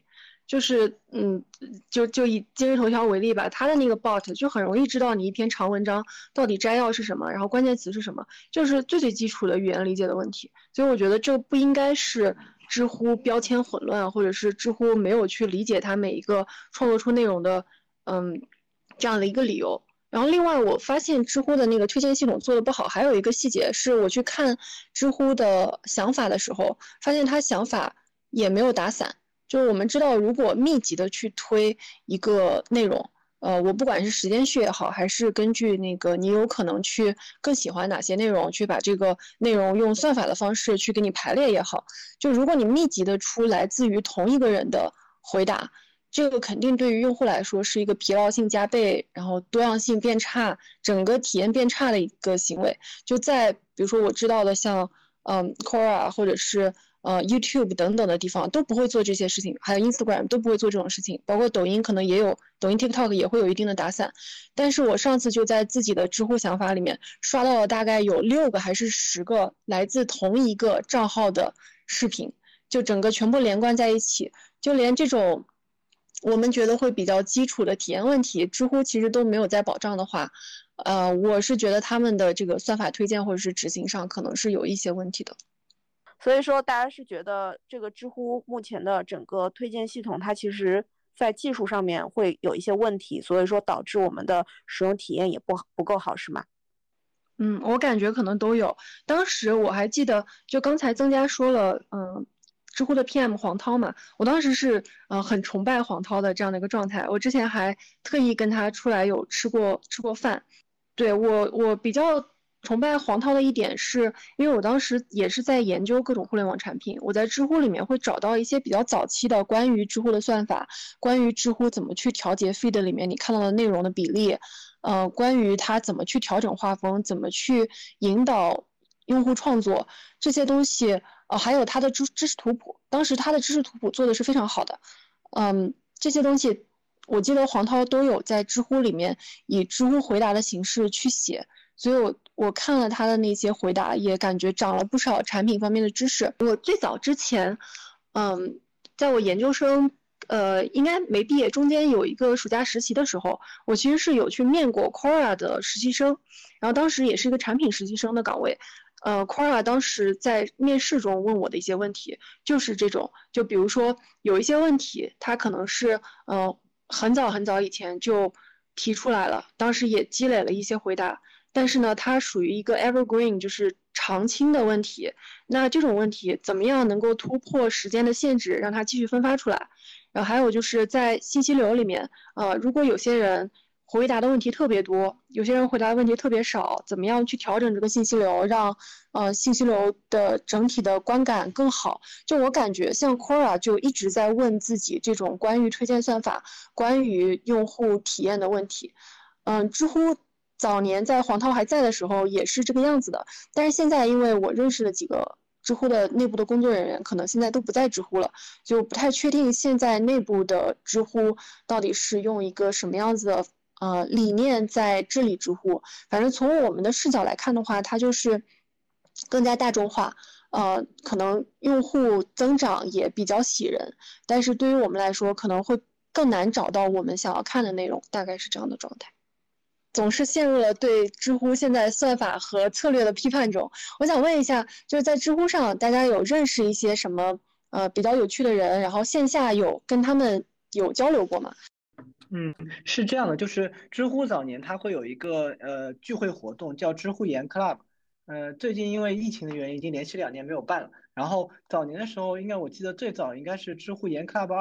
F: 就是就以今日头条为例吧，它的那个 bot 就很容易知道你一篇长文章到底摘要是什么，然后关键词是什么，就是最基础的语言理解的问题。所以我觉得这不应该是知乎标签混乱，或者是知乎没有去理解它每一个创作出内容的这样的一个理由。然后另外我发现知乎的那个推荐系统做的不好，还有一个细节是我去看知乎的想法的时候，发现它想法也没有打散。就是我们知道，如果密集的去推一个内容，我不管是时间序也好，还是根据那个你有可能去更喜欢哪些内容，去把这个内容用算法的方式去给你排列也好，就如果你密集的出来自于同一个人的回答，这个肯定对于用户来说是一个疲劳性加倍，然后多样性变差，整个体验变差的一个行为。就在比如说我知道的像Quora 或者是YouTube 等等的地方都不会做这些事情，还有 Instagram 都不会做这种事情，包括抖音可能也有，抖音 TikTok 也会有一定的打散。但是我上次就在自己的知乎想法里面刷到了大概有6个还是10个来自同一个账号的视频，就整个全部连贯在一起，就连这种我们觉得会比较基础的体验问题，知乎其实都没有在保障的话，我是觉得他们的这个算法推荐或者是执行上可能是有一些问题的。
C: 所以说大家是觉得这个知乎目前的整个推荐系统它其实在技术上面会有一些问题，所以说导致我们的使用体验也不够好，是吗？
F: 我感觉可能都有。当时我还记得，就刚才曾佳说了，知乎的 PM 黄涛嘛，我当时是很崇拜黄涛的这样的一个状态。我之前还特意跟他出来有吃过饭。对，我比较崇拜黄涛的一点是，因为我当时也是在研究各种互联网产品，我在知乎里面会找到一些比较早期的关于知乎的算法，关于知乎怎么去调节 feed 里面你看到的内容的比例，关于它怎么去调整画风，怎么去引导用户创作这些东西，还有它的知识图谱，当时它的知识图谱做的是非常好的，这些东西我记得黄涛都有在知乎里面以知乎回答的形式去写，所以我看了他的那些回答，也感觉长了不少产品方面的知识。我最早之前，在我研究生应该没毕业，中间有一个暑假实习的时候，我其实是有去面过 Quora 的实习生，然后当时也是一个产品实习生的岗位。Quora 当时在面试中问我的一些问题，就是这种，就比如说有一些问题，它可能是很早以前就提出来了，当时也积累了一些回答，但是呢，它属于一个 evergreen， 就是常青的问题。那这种问题怎么样能够突破时间的限制，让它继续分发出来？然后还有就是在信息流里面，如果有些人回答的问题特别多，有些人回答的问题特别少，怎么样去调整这个信息流，让信息流的整体的观感更好？就我感觉，像 Quora 就一直在问自己这种关于推荐算法、关于用户体验的问题。知乎早年在黄涛还在的时候也是这个样子的，但是现在因为我认识的几个知乎的内部的工作人员可能现在都不在知乎了，就不太确定现在内部的知乎到底是用一个什么样子的理念在治理知乎。反正从我们的视角来看的话，它就是更加大众化，可能用户增长也比较喜人，但是对于我们来说可能会更难找到我们想要看的内容，大概是这样的状态。总是陷入了对知乎现在算法和策略的批判中。我想问一下，就是在知乎上，大家有认识一些什么比较有趣的人，然后线下有跟他们有交流过吗？
D: 是这样的，就是知乎早年它会有一个聚会活动叫知乎研 Club，最近因为疫情的原因，已经连续2年没有办了。然后早年的时候，我记得最早应该是知乎研 Club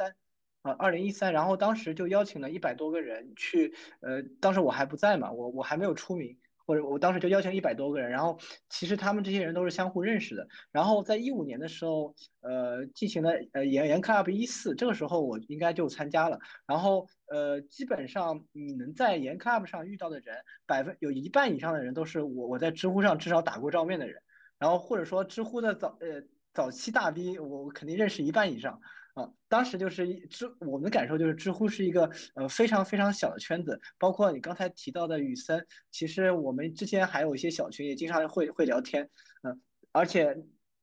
D: 2013，然后当时就邀请了100多个人去，当时我还不在嘛，我还没有出名，或者我当时就邀请100多个人，然后其实他们这些人都是相互认识的。然后在2015年的时候，进行了研 Club 14，这个时候我应该就参加了。然后基本上你能在研 Club 上遇到的人，有1半以上的人都是我在知乎上至少打过照面的人，然后或者说知乎的早期大 V，我肯定认识1半以上。当时就是我们的感受就是知乎是一个非常非常小的圈子，包括你刚才提到的雨森，其实我们之前还有一些小群，也经常会聊天，而且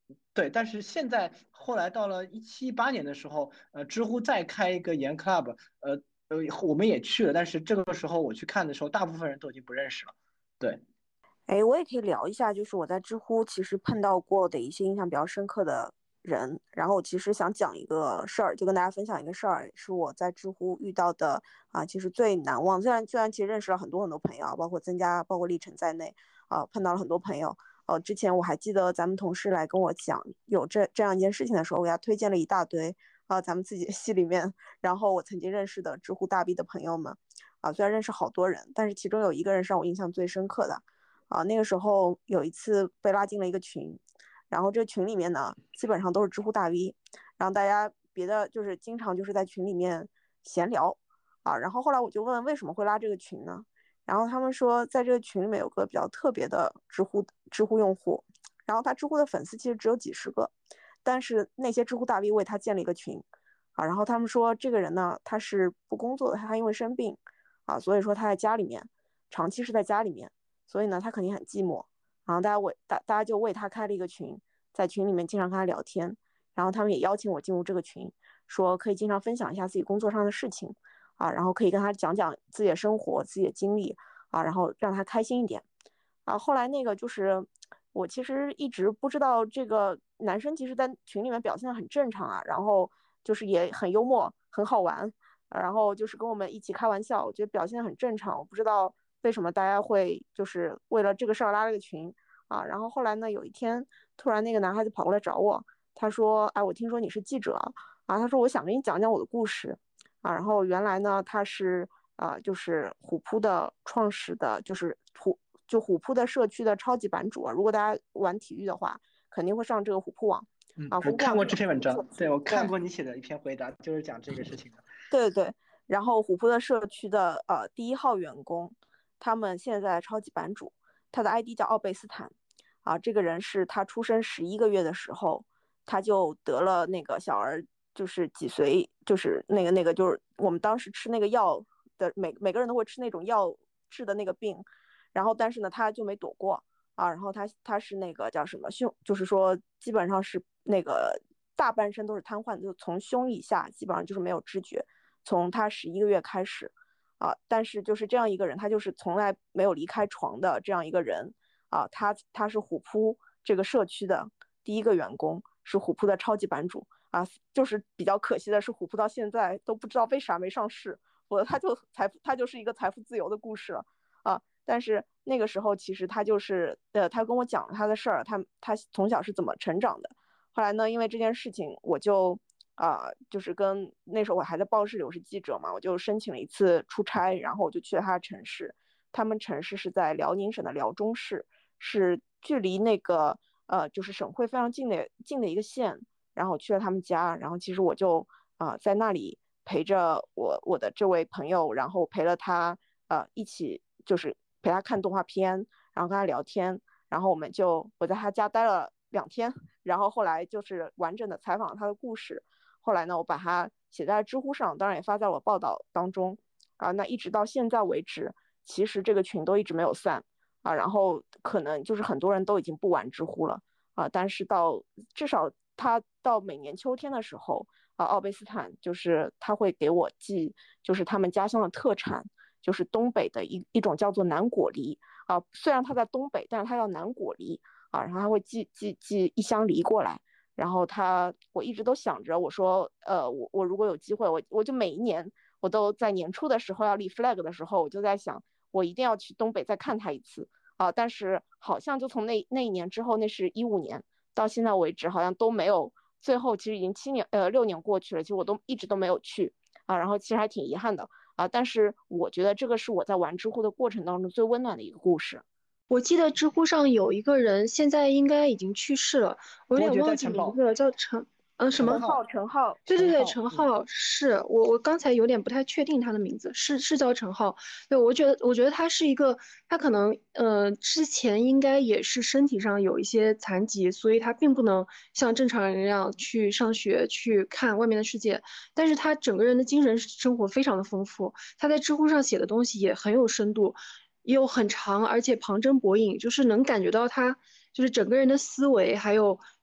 D: 对，但是现在后来到了17、18年的时候，知乎再开一个研 club，我们也去了，但是这个时候我去看的时候，大部分人都已经不认识了。对，
C: 哎，我也可以聊一下，就是我在知乎其实碰到过的一些印象比较深刻的人，然后我其实想讲一个事儿，就跟大家分享一个事儿，是我在知乎遇到的其实最难忘。虽然其实认识了很多很多朋友，包括增加，包括历程在内碰到了很多朋友。之前我还记得咱们同事来跟我讲有这样一件事情的时候，我给他推荐了一大堆咱们自己系里面，然后我曾经认识的知乎大 B 的朋友们虽然认识好多人，但是其中有一个人是让我印象最深刻的。那个时候有一次被拉进了一个群，然后这群里面呢，基本上都是知乎大 V，然后大家别的就是经常就是在群里面闲聊然后后来我就问为什么会拉这个群呢？然后他们说在这个群里面有个比较特别的知乎用户，然后他知乎的粉丝其实只有几十个，但是那些知乎大 V 为他建了一个群然后他们说这个人呢他是不工作的，他因为生病所以说他在家里面长期是在家里面。所以呢，他肯定很寂寞，然后大家就为他开了一个群，在群里面经常跟他聊天，然后他们也邀请我进入这个群，说可以经常分享一下自己工作上的事情然后可以跟他讲讲自己的生活、自己的经历然后让他开心一点后来那个就是我其实一直不知道这个男生其实在群里面表现得很正常然后就是也很幽默、很好玩，然后就是跟我们一起开玩笑，我觉得表现得很正常，我不知道为什么大家会就是为了这个事儿拉了个群然后后来呢，有一天突然那个男孩子跑过来找我，他说：“哎，我听说你是记者他说我想跟你讲讲我的故事然后原来呢，他是就是虎扑的创始的，就是虎扑的社区的超级版主如果大家玩体育的话，肯定会上这个虎扑网
D: 我看过这篇文章，对，我看过你写的一篇回答，就是讲这个事情的。
C: 对对，然后虎扑的社区的第1号员工。他们现在超级版主，他的 ID 叫奥贝斯坦这个人是他出生11个月的时候，他就得了那个小儿就是脊髓，就是那个就是我们当时吃那个药的每个人都会吃那种药治的那个病，然后但是呢他就没躲过然后他是那个叫什么就是说基本上是那个大半身都是瘫痪，就从胸以下基本上就是没有知觉，从他11个月开始。但是就是这样一个人，他就是从来没有离开床的这样一个人他是虎扑这个社区的第1个员工，是虎扑的超级版主就是比较可惜的是，虎扑到现在都不知道为啥没上市，否则他就是一个财富自由的故事了但是那个时候其实他就是他跟我讲了他的事儿，他从小是怎么成长的。后来呢，因为这件事情，我就就是跟那时候我还在报纸里，我是记者嘛，我就申请了一次出差，然后我就去了他的城市。他们城市是在辽宁省的辽中市，是距离那个就是省会非常近的一个县。然后我去了他们家，然后其实我就在那里陪着我的这位朋友，然后陪了他一起就是陪他看动画片，然后跟他聊天，然后我在他家待了2天，然后后来就是完整的采访了他的故事。后来呢，我把它写在知乎上，当然也发在我报道当中那一直到现在为止，其实这个群都一直没有散然后可能就是很多人都已经不玩知乎了但是至少他到每年秋天的时候奥贝斯坦就是他会给我寄就是他们家乡的特产，就是东北的一种叫做南果梨虽然他在东北，但是他叫南果梨然后他会寄一箱梨过来。然后我一直都想着，我说我如果有机会，我就每一年我都在年初的时候要立 flag 的时候，我就在想我一定要去东北再看他一次但是好像就从那一年之后，那是15年到现在为止，好像都没有，最后其实已经6年过去了，其实我都一直都没有去然后其实还挺遗憾的但是我觉得这个是我在玩知乎的过程当中最温暖的一个故事。
F: 我记得知乎上有一个人，现在应该已经去世了，我有点忘记名字了，叫什么
C: 陈浩，
F: 对对对，陈浩是我刚才有点不太确定他的名字，是叫陈浩。对，我觉得他是一个，他可能之前应该也是身体上有一些残疾，所以他并不能像正常人一样去上学去看外面的世界，但是他整个人的精神生活非常的丰富，他在知乎上写的东西也很有深度，又很长，而且旁征博引，就是能感觉到他就是整个人的思维还有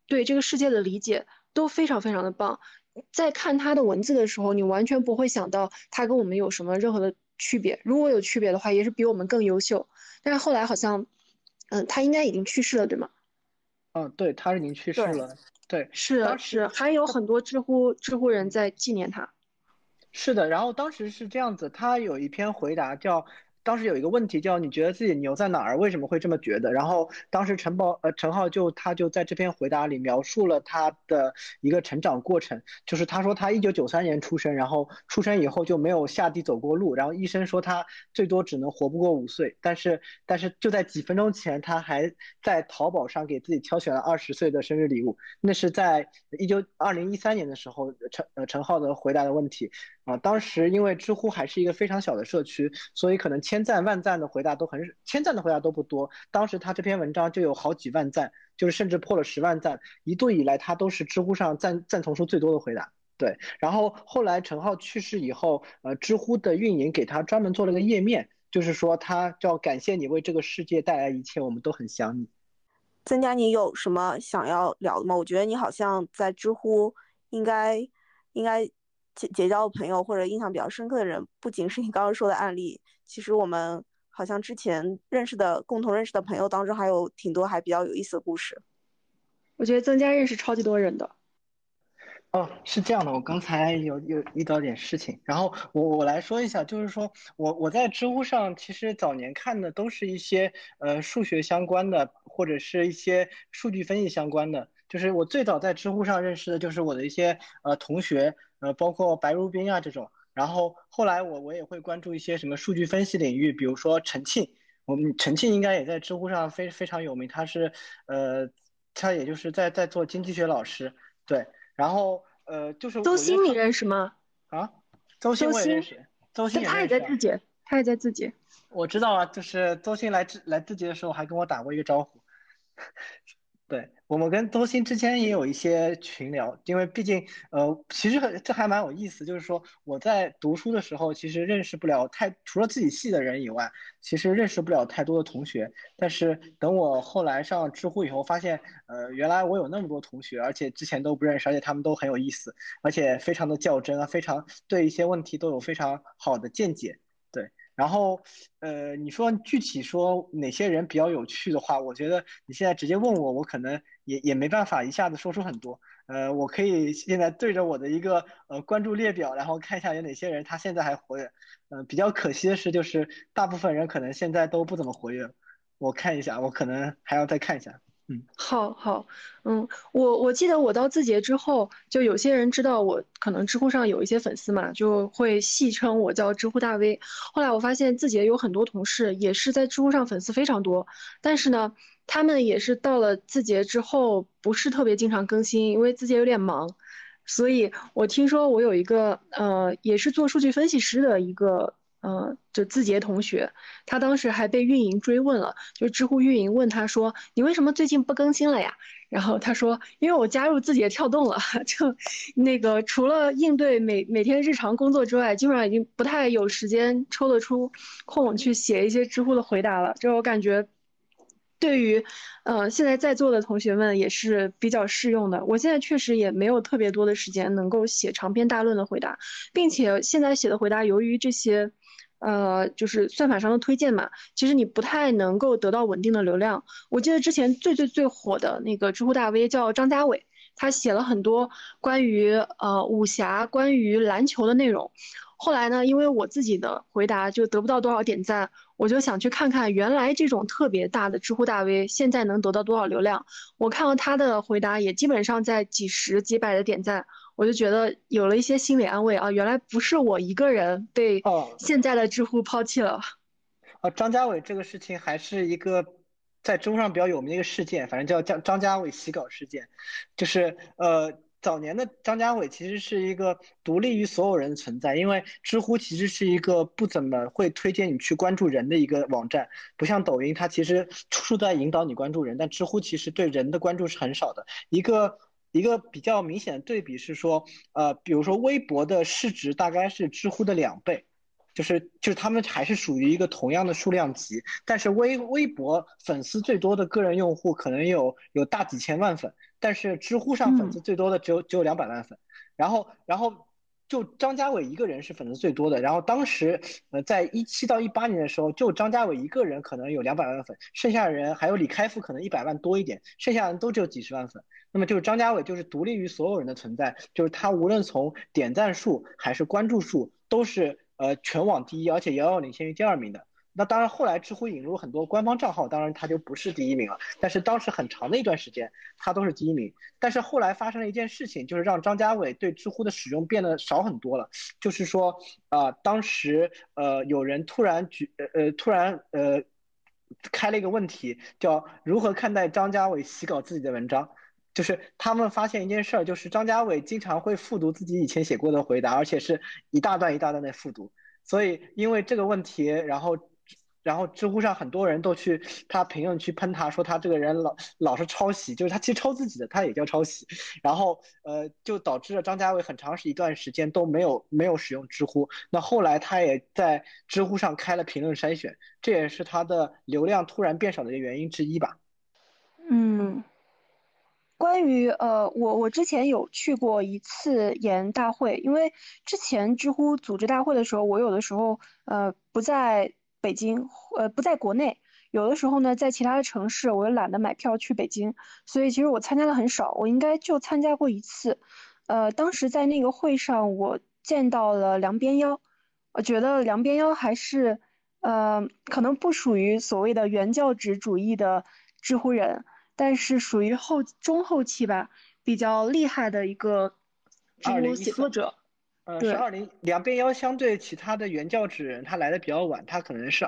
F: 对这个世界的理解都非常非常的棒。在看他的文字的时候，你完全不会想到他跟我们有什么任何的区别。如果有区别的话，也是比我们更优秀。但是后来好像，他应该已经去世了，对吗？
D: 对，他已经去世了。对，
F: 是是，还有很多知乎人在纪念他。
D: 是的，然后当时是这样子，他有一篇回答叫，当时有一个问题叫你觉得自己牛在哪儿？为什么会这么觉得？然后当时陈浩他就在这篇回答里描述了他的一个成长过程，就是他说他1993年出生，然后出生以后就没有下地走过路，然后医生说他最多只能活不过5岁，但是就在几分钟前，他还在淘宝上给自己挑选了20岁的生日礼物，那是在2013年的时候，陈浩的回答的问题。当时因为知乎还是一个非常小的社区，所以可能千赞万赞的回答千赞的回答都不多。当时他这篇文章就有好几万赞，就是甚至破了10万赞，一度以来他都是知乎上赞同数最多的回答。对，然后后来陈浩去世以后，知乎的运营给他专门做了个页面，就是说他叫感谢你为这个世界带来一切，我们都很想你。
C: 增加你有什么想要聊的吗？我觉得你好像在知乎应该结交的朋友或者印象比较深刻的人，不仅是你刚刚说的案例，其实我们好像之前共同认识的朋友当中还有挺多还比较有意思的故事。
F: 我觉得增加认识超级多人的。
D: 是这样的，我刚才有遇到点事情，然后我来说一下，就是说我在知乎上其实早年看的都是一些数学相关的，或者是一些数据分析相关的。就是我最早在知乎上认识的就是我的一些同学，包括白如冰啊这种。然后后来我也会关注一些什么数据分析领域，比如说陈庆，陈庆应该也在知乎上非常有名，他也就是在做经济学老师，对。然后就是
F: 周鑫你认识吗？
D: 周鑫我也认识，周鑫也认识。
F: 他也在字节。
D: 我知道啊，就是周鑫来字节的时候还跟我打过一个招呼。对，我们跟周鑫之前也有一些群聊，因为毕竟其实这还蛮有意思，就是说我在读书的时候其实认识不了除了自己系的人以外，其实认识不了太多的同学。但是等我后来上知乎以后，发现原来我有那么多同学，而且之前都不认识，而且他们都很有意思，而且非常的较真啊，非常对一些问题都有非常好的见解。对。然后，你说具体说哪些人比较有趣的话，我觉得你现在直接问我，我可能也没办法一下子说出很多。我可以现在对着我的一个关注列表，然后看一下有哪些人他现在还活跃。比较可惜的是，就是大部分人可能现在都不怎么活跃。我看一下，我可能还要再看一下。
F: 好，我记得我到字节之后，就有些人知道我可能知乎上有一些粉丝嘛，就会戏称我叫知乎大 V。后来我发现字节有很多同事也是在知乎上粉丝非常多，但是呢，他们也是到了字节之后不是特别经常更新，因为字节有点忙。所以我听说我有一个也是做数据分析师的一个就字节同学，他当时还被运营追问了，就知乎运营问他说：“你为什么最近不更新了呀？”然后他说：“因为我加入字节跳动了，就那个除了应对每天日常工作之外，基本上已经不太有时间抽得出空去写一些知乎的回答了。”就我感觉，对于现在座的同学们也是比较适用的。我现在确实也没有特别多的时间能够写长篇大论的回答，并且现在写的回答由于这些就是算法上的推荐嘛，其实你不太能够得到稳定的流量。我记得之前最火的那个知乎大 V 叫张家伟，他写了很多关于武侠、关于篮球的内容。后来呢，因为我自己的回答就得不到多少点赞，我就想去看看原来这种特别大的知乎大 V 现在能得到多少流量。我看到他的回答也基本上在几十几百的点赞，我就觉得有了一些心理安慰啊，原来不是我一个人被现在的知乎抛弃了。
D: 张家伟这个事情还是一个在知乎上比较有名的一个事件，反正叫张家伟洗稿事件，就是早年的张家伟其实是一个独立于所有人的存在，因为知乎其实是一个不怎么会推荐你去关注人的一个网站，不像抖音，它其实处处在引导你关注人，但知乎其实对人的关注是很少的。一个比较明显的对比是说，比如说微博的市值大概是知乎的2倍， 就是他们还是属于一个同样的数量级，但是微博粉丝最多的个人用户可能有大几千万粉，但是知乎上粉丝最多的只有200万粉，然后就张家伟一个人是粉丝最多的，然后当时在17到18年的时候，就张家伟一个人可能有200万粉，剩下的人还有李开复可能100万多一点，剩下的人都只有几十万粉。那么就是张家伟就是独立于所有人的存在，就是他无论从点赞数还是关注数都是全网第一，而且遥遥领先于第2名的。那当然后来知乎引入很多官方账号，当然他就不是第1名了，但是当时很长的一段时间他都是第1名。但是后来发生了一件事情，就是让张家伟对知乎的使用变得少很多了，就是说当时有人突然开了一个问题，叫如何看待张家伟洗稿自己的文章。就是他们发现一件事儿，就是张家伟经常会复读自己以前写过的回答，而且是一大段一大段的复读。所以因为这个问题，然后知乎上很多人都去他评论区喷他，说他这个人老是抄袭，就是他其实抄自己的，他也叫抄袭。然后就导致了张家伟很长一段时间都没有使用知乎。那后来他也在知乎上开了评论筛选，这也是他的流量突然变少的原因之一吧。
F: 关于我之前有去过一次研大会，因为之前知乎组织大会的时候，我有的时候不在北京，不在国内，有的时候呢在其他的城市，我又懒得买票去北京，所以其实我参加的很少，我应该就参加过一次。当时在那个会上，我见到了梁边妖，我觉得梁边妖还是可能不属于所谓的原教旨主义的知乎人。但是属于中后期吧，比较厉害的一个知乎写作者。
D: 是梁边妖相对其他的原教旨人，他来的比较晚，他可能是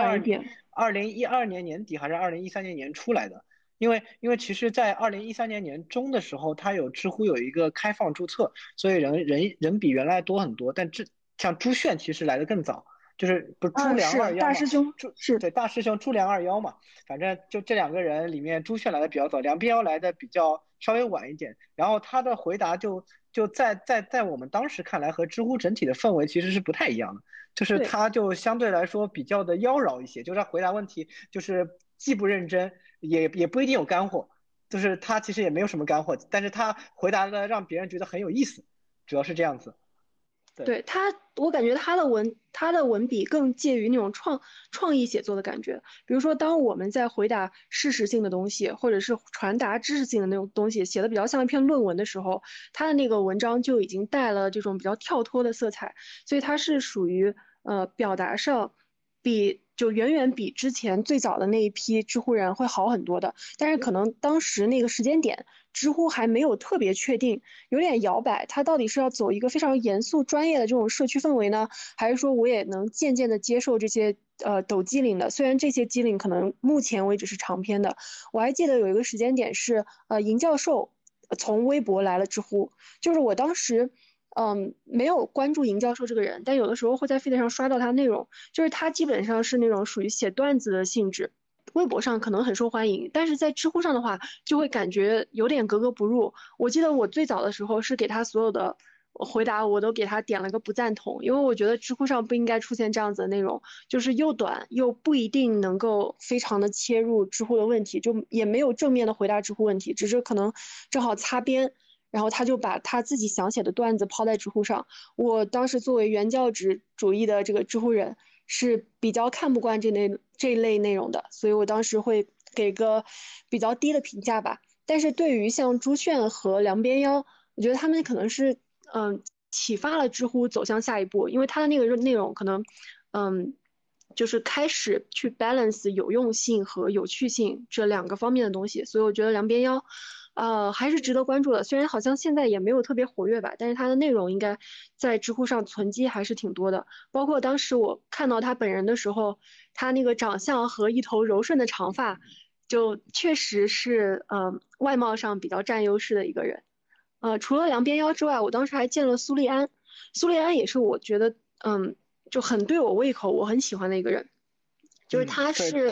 D: 2012年年底还是2013年年初来的。因为其实在2013年年中的时候，他知乎有一个开放注册，所以人比原来多很多。但像朱炫其实来的更早。就是不朱梁二妖嘛，
F: 大师兄
D: 对大师兄朱梁二妖嘛，反正就这2个人里面，朱炫来的比较早，梁边妖来的比较稍微晚一点。然后他的回答就在我们当时看来和知乎整体的氛围其实是不太一样的，就是他就相对来说比较的妖娆一些，就是他回答问题就是既不认真，也不一定有干货，就是他其实也没有什么干货，但是他回答的让别人觉得很有意思，主要是这样子。
F: 对他，我感觉他的文笔更介于那种创意写作的感觉。比如说，当我们在回答事实性的东西，或者是传达知识性的那种东西，写的比较像一篇论文的时候，他的那个文章就已经带了这种比较跳脱的色彩，所以他是属于表达上远远比之前最早的那一批知乎人会好很多的。但是可能当时那个时间点，知乎还没有特别确定，有点摇摆，它到底是要走一个非常严肃专业的这种社区氛围呢，还是说我也能渐渐的接受这些抖机灵的，虽然这些机灵可能目前为止是长篇的。我还记得有一个时间点是尹教授从微博来了知乎，就是我当时没有关注尹教授这个人，但有的时候会在 feed 上刷到他内容，就是他基本上是那种属于写段子的性质，微博上可能很受欢迎，但是在知乎上的话就会感觉有点格格不入。我记得我最早的时候是给他所有的回答我都给他点了个不赞同，因为我觉得知乎上不应该出现这样子的内容，就是又短又不一定能够非常的切入知乎的问题，就也没有正面的回答知乎问题，只是可能正好擦边，然后他就把他自己想写的段子抛在知乎上。我当时作为原教旨主义的这个知乎人是比较看不惯这一类内容的，所以我当时会给个比较低的评价吧。但是对于像朱炫和梁边妖，我觉得他们可能是启发了知乎走向下一步，因为他的那个内容可能就是开始去 balance 有用性和有趣性这2个方面的东西，所以我觉得梁边妖还是值得关注的。虽然好像现在也没有特别活跃吧，但是他的内容应该在知乎上存积还是挺多的。包括当时我看到他本人的时候，他那个长相和一头柔顺的长发，就确实是外貌上比较占优势的一个人。除了梁边妖之外，我当时还见了苏立安。苏立安也是我觉得就很对我胃口，我很喜欢的一个人。就是他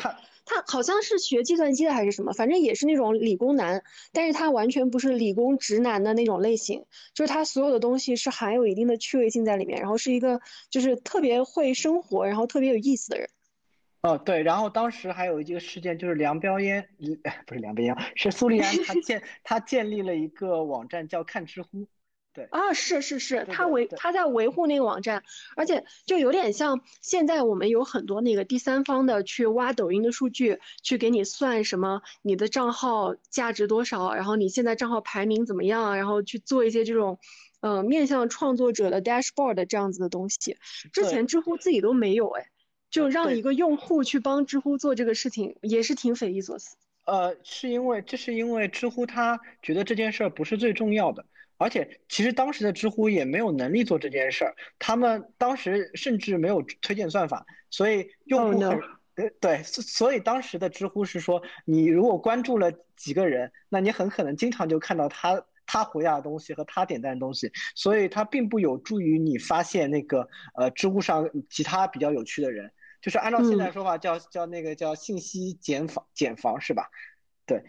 F: 他好像是学计算机的还是什么，反正也是那种理工男，但是他完全不是理工直男的那种类型，就是他所有的东西是含有一定的趣味性在里面，然后是一个就是特别会生活，然后特别有意思的人。
D: 哦，对，然后当时还有一个事件，就是梁标烟，不是梁标烟，是苏利安，他建立了一个网站叫看知乎，对，
F: 啊，是，
D: 对
F: 他
D: 对对，
F: 他在维护那个网站，而且就有点像现在我们有很多那个第三方的去挖抖音的数据，去给你算什么你的账号价值多少，然后你现在账号排名怎么样，然后去做一些这种，面向创作者的 dashboard 这样子的东西。之前知乎自己都没有，哎，就让一
D: 对。
F: 个用户去帮知乎做这个事情，也是挺匪夷所思。
D: 是因为知乎他觉得这件事儿不是最重要的，而且其实当时的知乎也没有能力做这件事儿，他们当时甚至没有推荐算法，所以用
F: Oh
D: 户
F: no！
D: 对，所以当时的知乎是说，你如果关注了几个人，那你很可能经常就看到他回答的东西和他点赞的东西，所以它并不有助于你发现那个知乎上其他比较有趣的人。就是按照现在说法叫那个叫信息茧房是吧？对，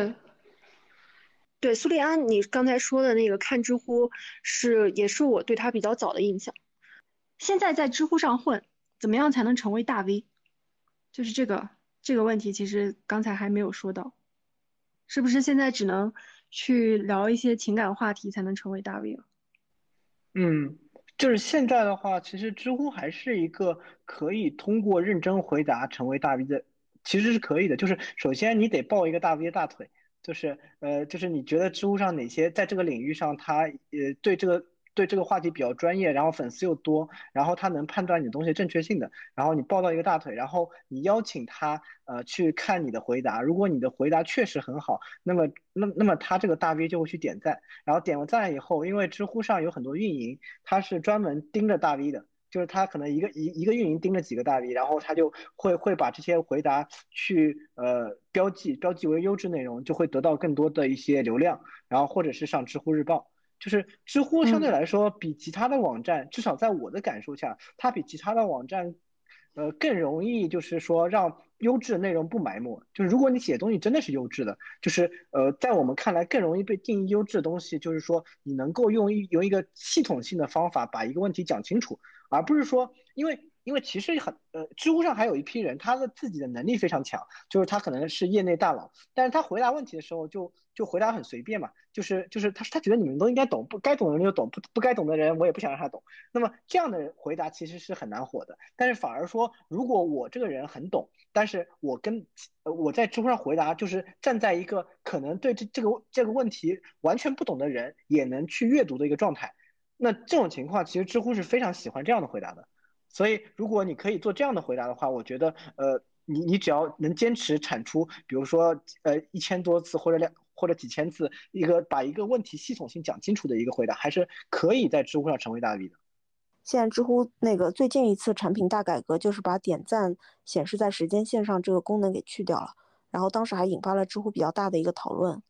F: 对，苏利安，你刚才说的那个看知乎也是我对他比较早的印象。现在在知乎上混，怎么样才能成为大 V？就是这个问题，其实刚才还没有说到，是不是现在只能去聊一些情感话题才能成为大 V 了？
D: 嗯，就是现在的话，其实知乎还是一个可以通过认真回答成为大 V 的，其实是可以的。就是首先你得抱一个大 V 的大腿，就是你觉得知乎上哪些在这个领域上他对这个话题比较专业，然后粉丝又多，然后他能判断你的东西正确性的，然后你抱到一个大腿，然后你邀请他去看你的回答，如果你的回答确实很好，那么他这个大 V 就会去点赞。然后点了赞以后，因为知乎上有很多运营，他是专门盯着大 V 的，就是他可能一个运营盯着几个大 V，然后他就会把这些回答去标记为优质内容，就会得到更多的一些流量，然后或者是上知乎日报。就是知乎相对来说比其他的网站，至少在我的感受下，它比其他的网站更容易就是说让优质的内容不埋没。就是如果你写的东西真的是优质的，就是在我们看来更容易被定义优质的东西，就是说你能够用一个系统性的方法把一个问题讲清楚，而不是说因为其实知乎上还有一批人，他的自己的能力非常强，就是他可能是业内大佬，但是他回答问题的时候就回答很随便嘛，就是他觉得你们都应该懂，不该懂的人就懂，不该懂的人我也不想让他懂。那么这样的回答其实是很难火的，但是反而说，如果我这个人很懂，但是我在知乎上回答，就是站在一个可能对这个问题完全不懂的人也能去阅读的一个状态，那这种情况其实知乎是非常喜欢这样的回答的。所以如果你可以做这样的回答的话，我觉得你只要能坚持产出，比如说1000多次或者几千次，把一个问题系统性讲清楚的一个回答，还是可以在知乎上成为大 V 的。
C: 现在知乎那个最近一次产品大改革，就是把点赞显示在时间线上这个功能给去掉了，然后当时还引发了知乎比较大的一个讨论。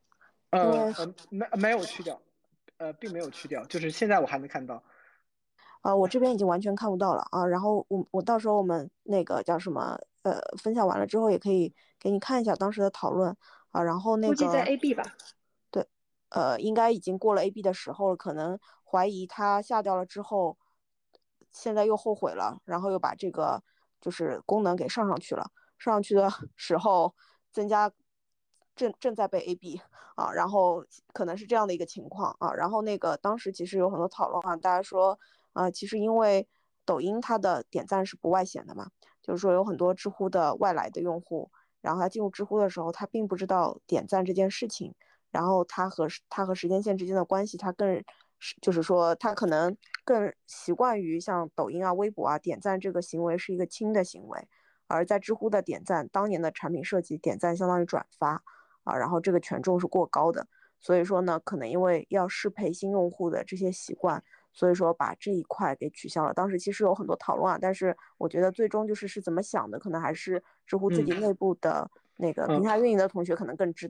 D: 没有去掉，并没有去掉，就是现在我还没看到。
C: 我这边已经完全看不到了啊，然后我到时候我们那个叫什么分享完了之后，也可以给你看一下当时的讨论啊，然后那个
F: 估计在 AB 吧。
C: 对，应该已经过了 AB 的时候了，可能怀疑它下掉了之后，现在又后悔了，然后又把这个就是功能给上去了，上去的时候增加正在被 AB 啊，然后可能是这样的一个情况啊，然后那个当时其实有很多讨论啊，大家说其实因为抖音它的点赞是不外显的嘛，就是说有很多知乎的外来的用户，然后他进入知乎的时候，他并不知道点赞这件事情，然后他和时间线之间的关系，他就是说他可能更习惯于像抖音啊、微博啊，点赞这个行为是一个轻的行为，而在知乎的点赞，当年的产品设计，点赞相当于转发啊，然后这个权重是过高的，所以说呢，可能因为要适配新用户的这些习惯。所以说把这一块给取消了。当时其实有很多讨论啊，但是我觉得最终是怎么想的，可能还是知乎自己内部的那个平台运营的同学可能更知道，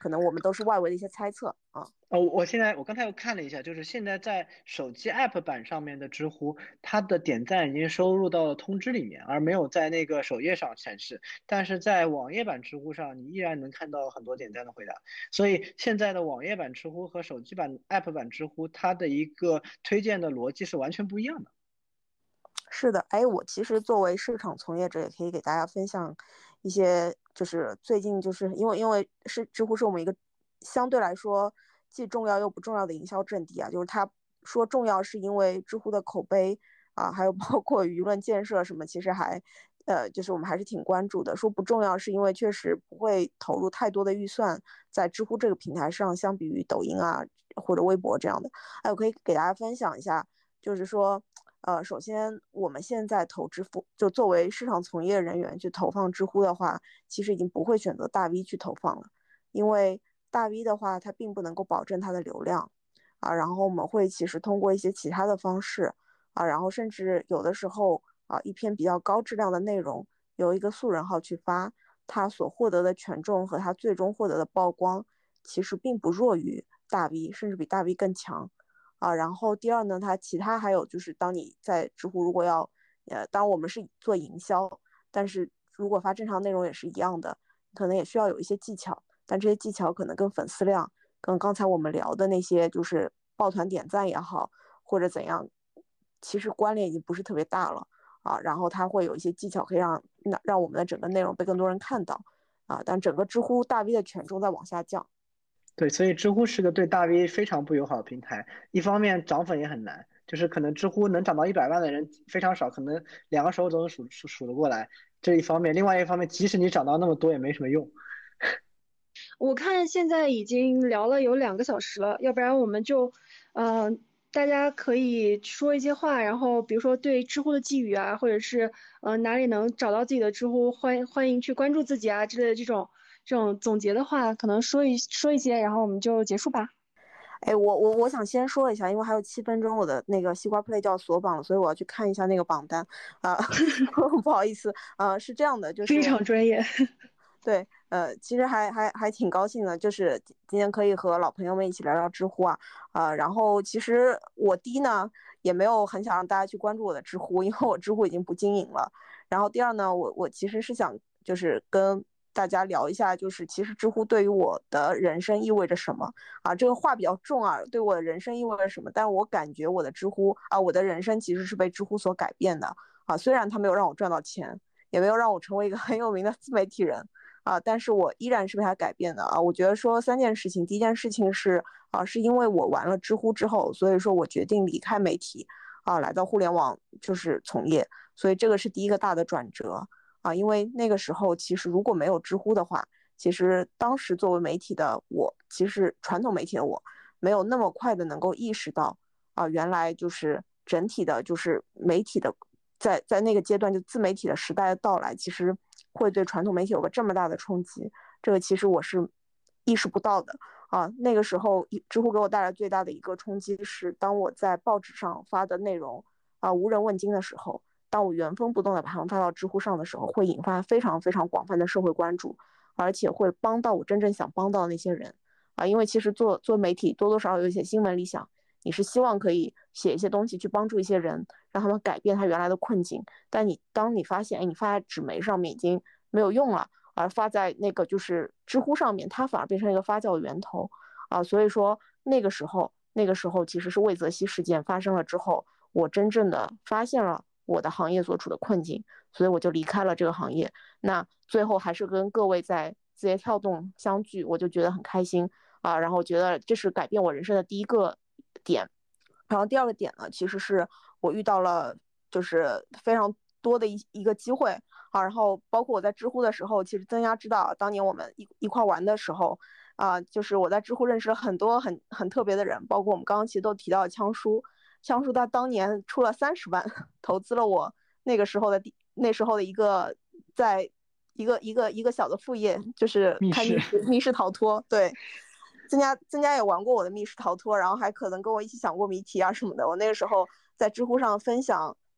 C: 可能我们都是外围的一些猜测啊。
D: 我刚才又看了一下，就是现在在手机 App 版上面的知乎，它的点赞已经收入到了通知里面，而没有在那个首页上显示。但是在网页版知乎上，你依然能看到很多点赞的回答。所以现在的网页版知乎和手机版 App 版知乎，它的一个推荐的逻辑是完全不一样的。
C: 是的，哎，我其实作为市场从业者，也可以给大家分享一些，就是最近就是因为知乎是我们一个相对来说既重要又不重要的营销阵地啊，就是它说重要是因为知乎的口碑啊，还有包括舆论建设什么，其实还就是我们还是挺关注的。说不重要是因为确实不会投入太多的预算在知乎这个平台上，相比于抖音啊或者微博这样的。哎，我可以给大家分享一下，就是说。首先我们现在投知乎，就作为市场从业人员去投放知乎的话，其实已经不会选择大 V 去投放了，因为大 V 的话，它并不能够保证它的流量啊。然后我们会其实通过一些其他的方式啊，然后甚至有的时候啊，一篇比较高质量的内容，由一个素人号去发，它所获得的权重和它最终获得的曝光，其实并不弱于大 V，甚至比大 V 更强。啊，然后第二呢，它其他还有就是，当你在知乎如果要，当然我们是做营销，但是如果发正常内容也是一样的，可能也需要有一些技巧，但这些技巧可能跟粉丝量，跟刚才我们聊的那些就是抱团点赞也好，或者怎样，其实关联已经不是特别大了啊。然后它会有一些技巧可以让我们的整个内容被更多人看到啊，但整个知乎大 V 的权重在往下降。
D: 对，所以知乎是个对大 V 非常不友好的平台。一方面涨粉也很难，就是可能知乎能涨到100万的人非常少，可能2个手都能数得过来。这一方面，另外一方面，即使你涨到那么多也没什么用。
F: 我看现在已经聊了有2个小时了，要不然我们就，大家可以说一些话，然后比如说对知乎的寄语啊，或者是哪里能找到自己的知乎，欢迎去关注自己啊之类的这种总结的话，可能说一些，然后我们就结束吧。
C: 哎，我想先说一下，因为还有7分钟，我的那个西瓜 Play 就要锁榜了，所以我要去看一下那个榜单啊。不好意思，是这样的，就是
F: 非常专业。
C: 对，其实还挺高兴的，就是今天可以和老朋友们一起聊聊知乎啊，然后其实我第一呢，也没有很想让大家去关注我的知乎，因为我知乎已经不经营了。然后第二呢，我其实是想就是跟大家聊一下，就是其实知乎对于我的人生意味着什么啊？这个话比较重啊，对我的人生意味着什么？但我感觉我的知乎啊，我的人生其实是被知乎所改变的啊，虽然它没有让我赚到钱，也没有让我成为一个很有名的自媒体人。啊，但是我依然是被它改变的啊！我觉得说3件事情，第一件事情是啊，是因为我玩了知乎之后，所以说我决定离开媒体啊，来到互联网就是从业，所以这个是第一个大的转折啊。因为那个时候其实如果没有知乎的话，其实当时作为媒体的我，其实传统媒体的我，没有那么快的能够意识到啊，原来就是整体的，就是媒体的。在那个阶段，就自媒体的时代的到来，其实会对传统媒体有个这么大的冲击，这个其实我是意识不到的啊。那个时候，知乎给我带来最大的一个冲击是，当我在报纸上发的内容啊无人问津的时候，当我原封不动的把它们发到知乎上的时候，会引发非常非常广泛的社会关注，而且会帮到我真正想帮到的那些人啊。因为其实做媒体多多少少有一些新闻理想。你是希望可以写一些东西去帮助一些人，让他们改变他原来的困境。但当你发现，哎，你发在纸媒上面已经没有用了，而发在那个就是知乎上面，它反而变成一个发酵的源头啊。所以说那个时候其实是魏则西事件发生了之后，我真正的发现了我的行业所处的困境，所以我就离开了这个行业。那最后还是跟各位在字节跳动相聚，我就觉得很开心啊。然后觉得这是改变我人生的第一个点，然后第二个点呢，其实是我遇到了就是非常多的一个机会啊，然后包括我在知乎的时候，其实曾丫知道，当年我们一块玩的时候啊，就是我在知乎认识了很多很特别的人，包括我们刚刚其实都提到枪叔他当年出了30万投资了我那时候的一个在一个小的副业，就是开密室逃脱，对。曾家也玩过我的密室逃脱，然后还可能跟我一起想过谜题啊什么的。我那个时候在知乎上分享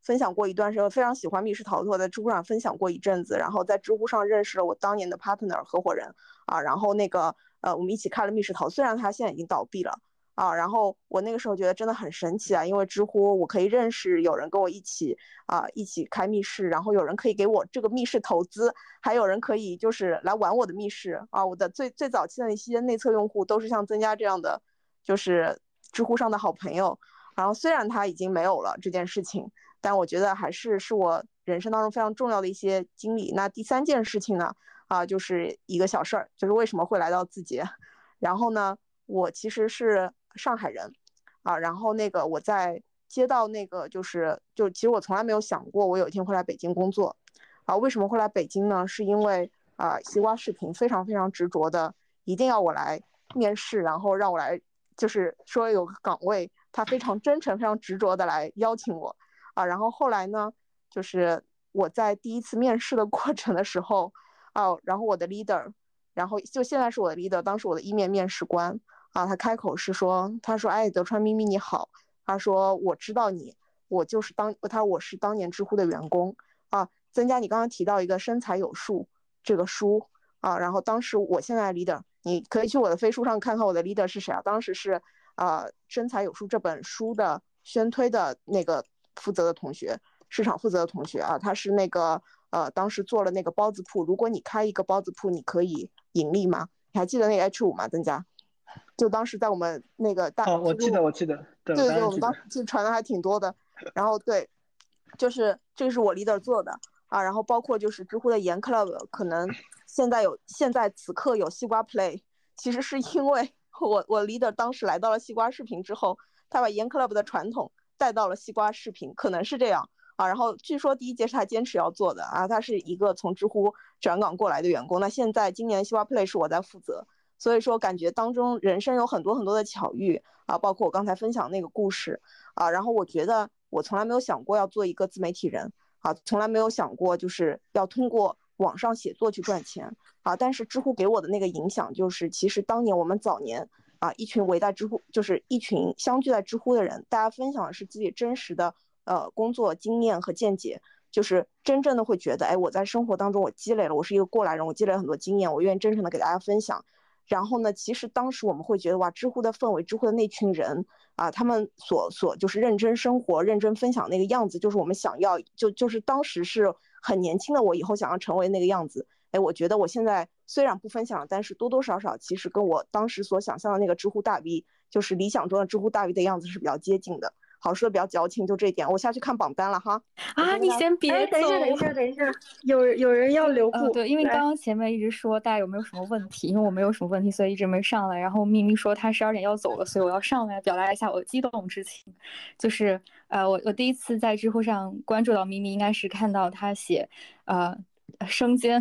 C: 分享过一段时间，非常喜欢密室逃脱，在知乎上分享过一阵子，然后在知乎上认识了我当年的 partner 合伙人啊，然后那个我们一起开了密室逃，虽然他现在已经倒闭了啊，然后我那个时候觉得真的很神奇啊，因为知乎我可以认识有人跟我一起开密室，然后有人可以给我这个密室投资，还有人可以就是来玩我的密室啊，我的最早期的一些内测用户都是像增加这样的，就是知乎上的好朋友。然后虽然他已经没有了这件事情，但我觉得还是我人生当中非常重要的一些经历。那第3件事情呢，就是一个小事儿，就是为什么会来到字节。然后呢，我其实是上海人然后那个我在接到那个就其实我从来没有想过我有一天会来北京工作为什么会来北京呢？是因为西瓜视频非常非常执着的一定要我来面试，然后让我来就是说有个岗位，他非常真诚非常执着的来邀请我然后后来呢，就是我在第1次面试的过程的时候然后我的 leader， 然后就现在是我的 leader， 当时我的1面面试官他开口是说，他说哎，德川咪咪你好，他说我知道你，他说我是当年知乎的员工增加你刚刚提到一个身材有数这个书然后当时我现在的 leader， 你可以去我的飞书上看看我的 leader 是谁当时是身材有数这本书的宣推的那个负责的同学，市场负责的同学他是那个当时做了那个包子铺，如果你开一个包子铺你可以盈利吗？你还记得那个 H5 吗？增加就当时在我们那个
D: 我记得，
C: 对，我们当时其实传的还挺多的。然后对，就是这个是我 leader 做的然后包括就是知乎的研 club， 可能现在此刻有西瓜 play， 其实是因为我 leader 当时来到了西瓜视频之后，他把研 club 的传统带到了西瓜视频，可能是这样然后据说第1届是他坚持要做的他是一个从知乎转岗过来的员工，那现在今年西瓜 play 是我在负责，所以说感觉当中人生有很多很多的巧遇包括我刚才分享那个故事然后我觉得我从来没有想过要做一个自媒体人从来没有想过就是要通过网上写作去赚钱但是知乎给我的那个影响就是其实当年我们早年一群围在知乎，就是一群相聚在知乎的人，大家分享的是自己真实的工作经验和见解，就是真正的会觉得我在生活当中我积累了，我是一个过来人，我积累了很多经验，我愿意真诚的给大家分享。然后呢，其实当时我们会觉得哇，知乎的氛围，知乎的那群人他们所就是认真生活、认真分享那个样子，就是我们想要，就是当时是很年轻的我，以后想要成为那个样子。我觉得我现在虽然不分享，但是多多少少其实跟我当时所想象的那个知乎大 V， 就是理想中的知乎大 V 的样子是比较接近的。好，说的比较矫情，就这一点。我下去看榜单了哈。
H: 你先别走。
F: 等一下，有人要留步。
H: 对，因为刚刚前面一直说大家有没有什么问题，因为我没有什么问题，所以一直没上来。然后咪咪说他12点要走了，所以我要上来表达一下我的激动之情。就是我第一次在知乎上关注到咪咪，应该是看到他写生煎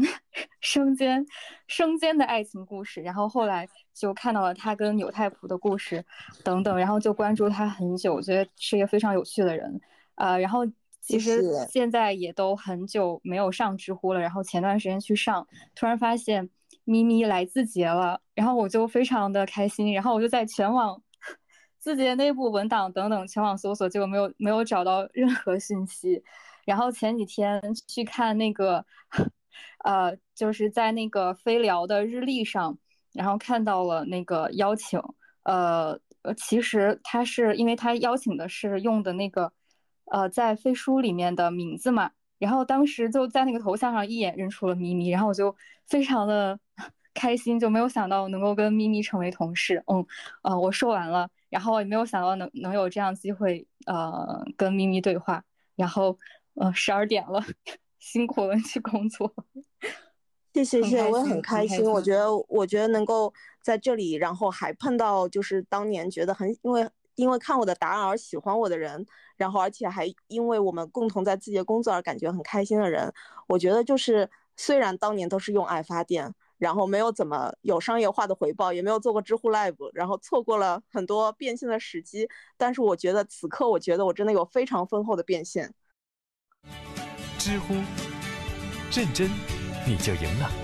H: 的爱情故事，然后后来就看到了他跟纽泰普的故事等等，然后就关注他很久，我觉得是一个非常有趣的人然后其实现在也都很久没有上知乎了，然后前段时间去上，突然发现咪咪来字节了，然后我就非常的开心，然后我就在全网字节内部文档等等全网搜索，结果没有找到任何信息。然后前几天去看那个就是在那个飞聊的日历上，然后看到了那个邀请其实他是因为他邀请的是用的那个在飞书里面的名字嘛，然后当时就在那个头像上一眼认出了咪咪，然后我就非常的开心，就没有想到能够跟咪咪成为同事。我说完了，然后也没有想到能有这样机会跟咪咪对话，然后12点了，辛苦了去工作。
C: 谢谢，我也很开心。我觉得能够在这里，然后还碰到就是当年觉得因为看我的答案而喜欢我的人，然后而且还因为我们共同在字节工作而感觉很开心的人。我觉得就是虽然当年都是用爱发电，然后没有怎么有商业化的回报，也没有做过知乎 Live， 然后错过了很多变现的时机，但是我觉得此刻我真的有非常丰厚的变现。
A: 知乎认真你就赢了。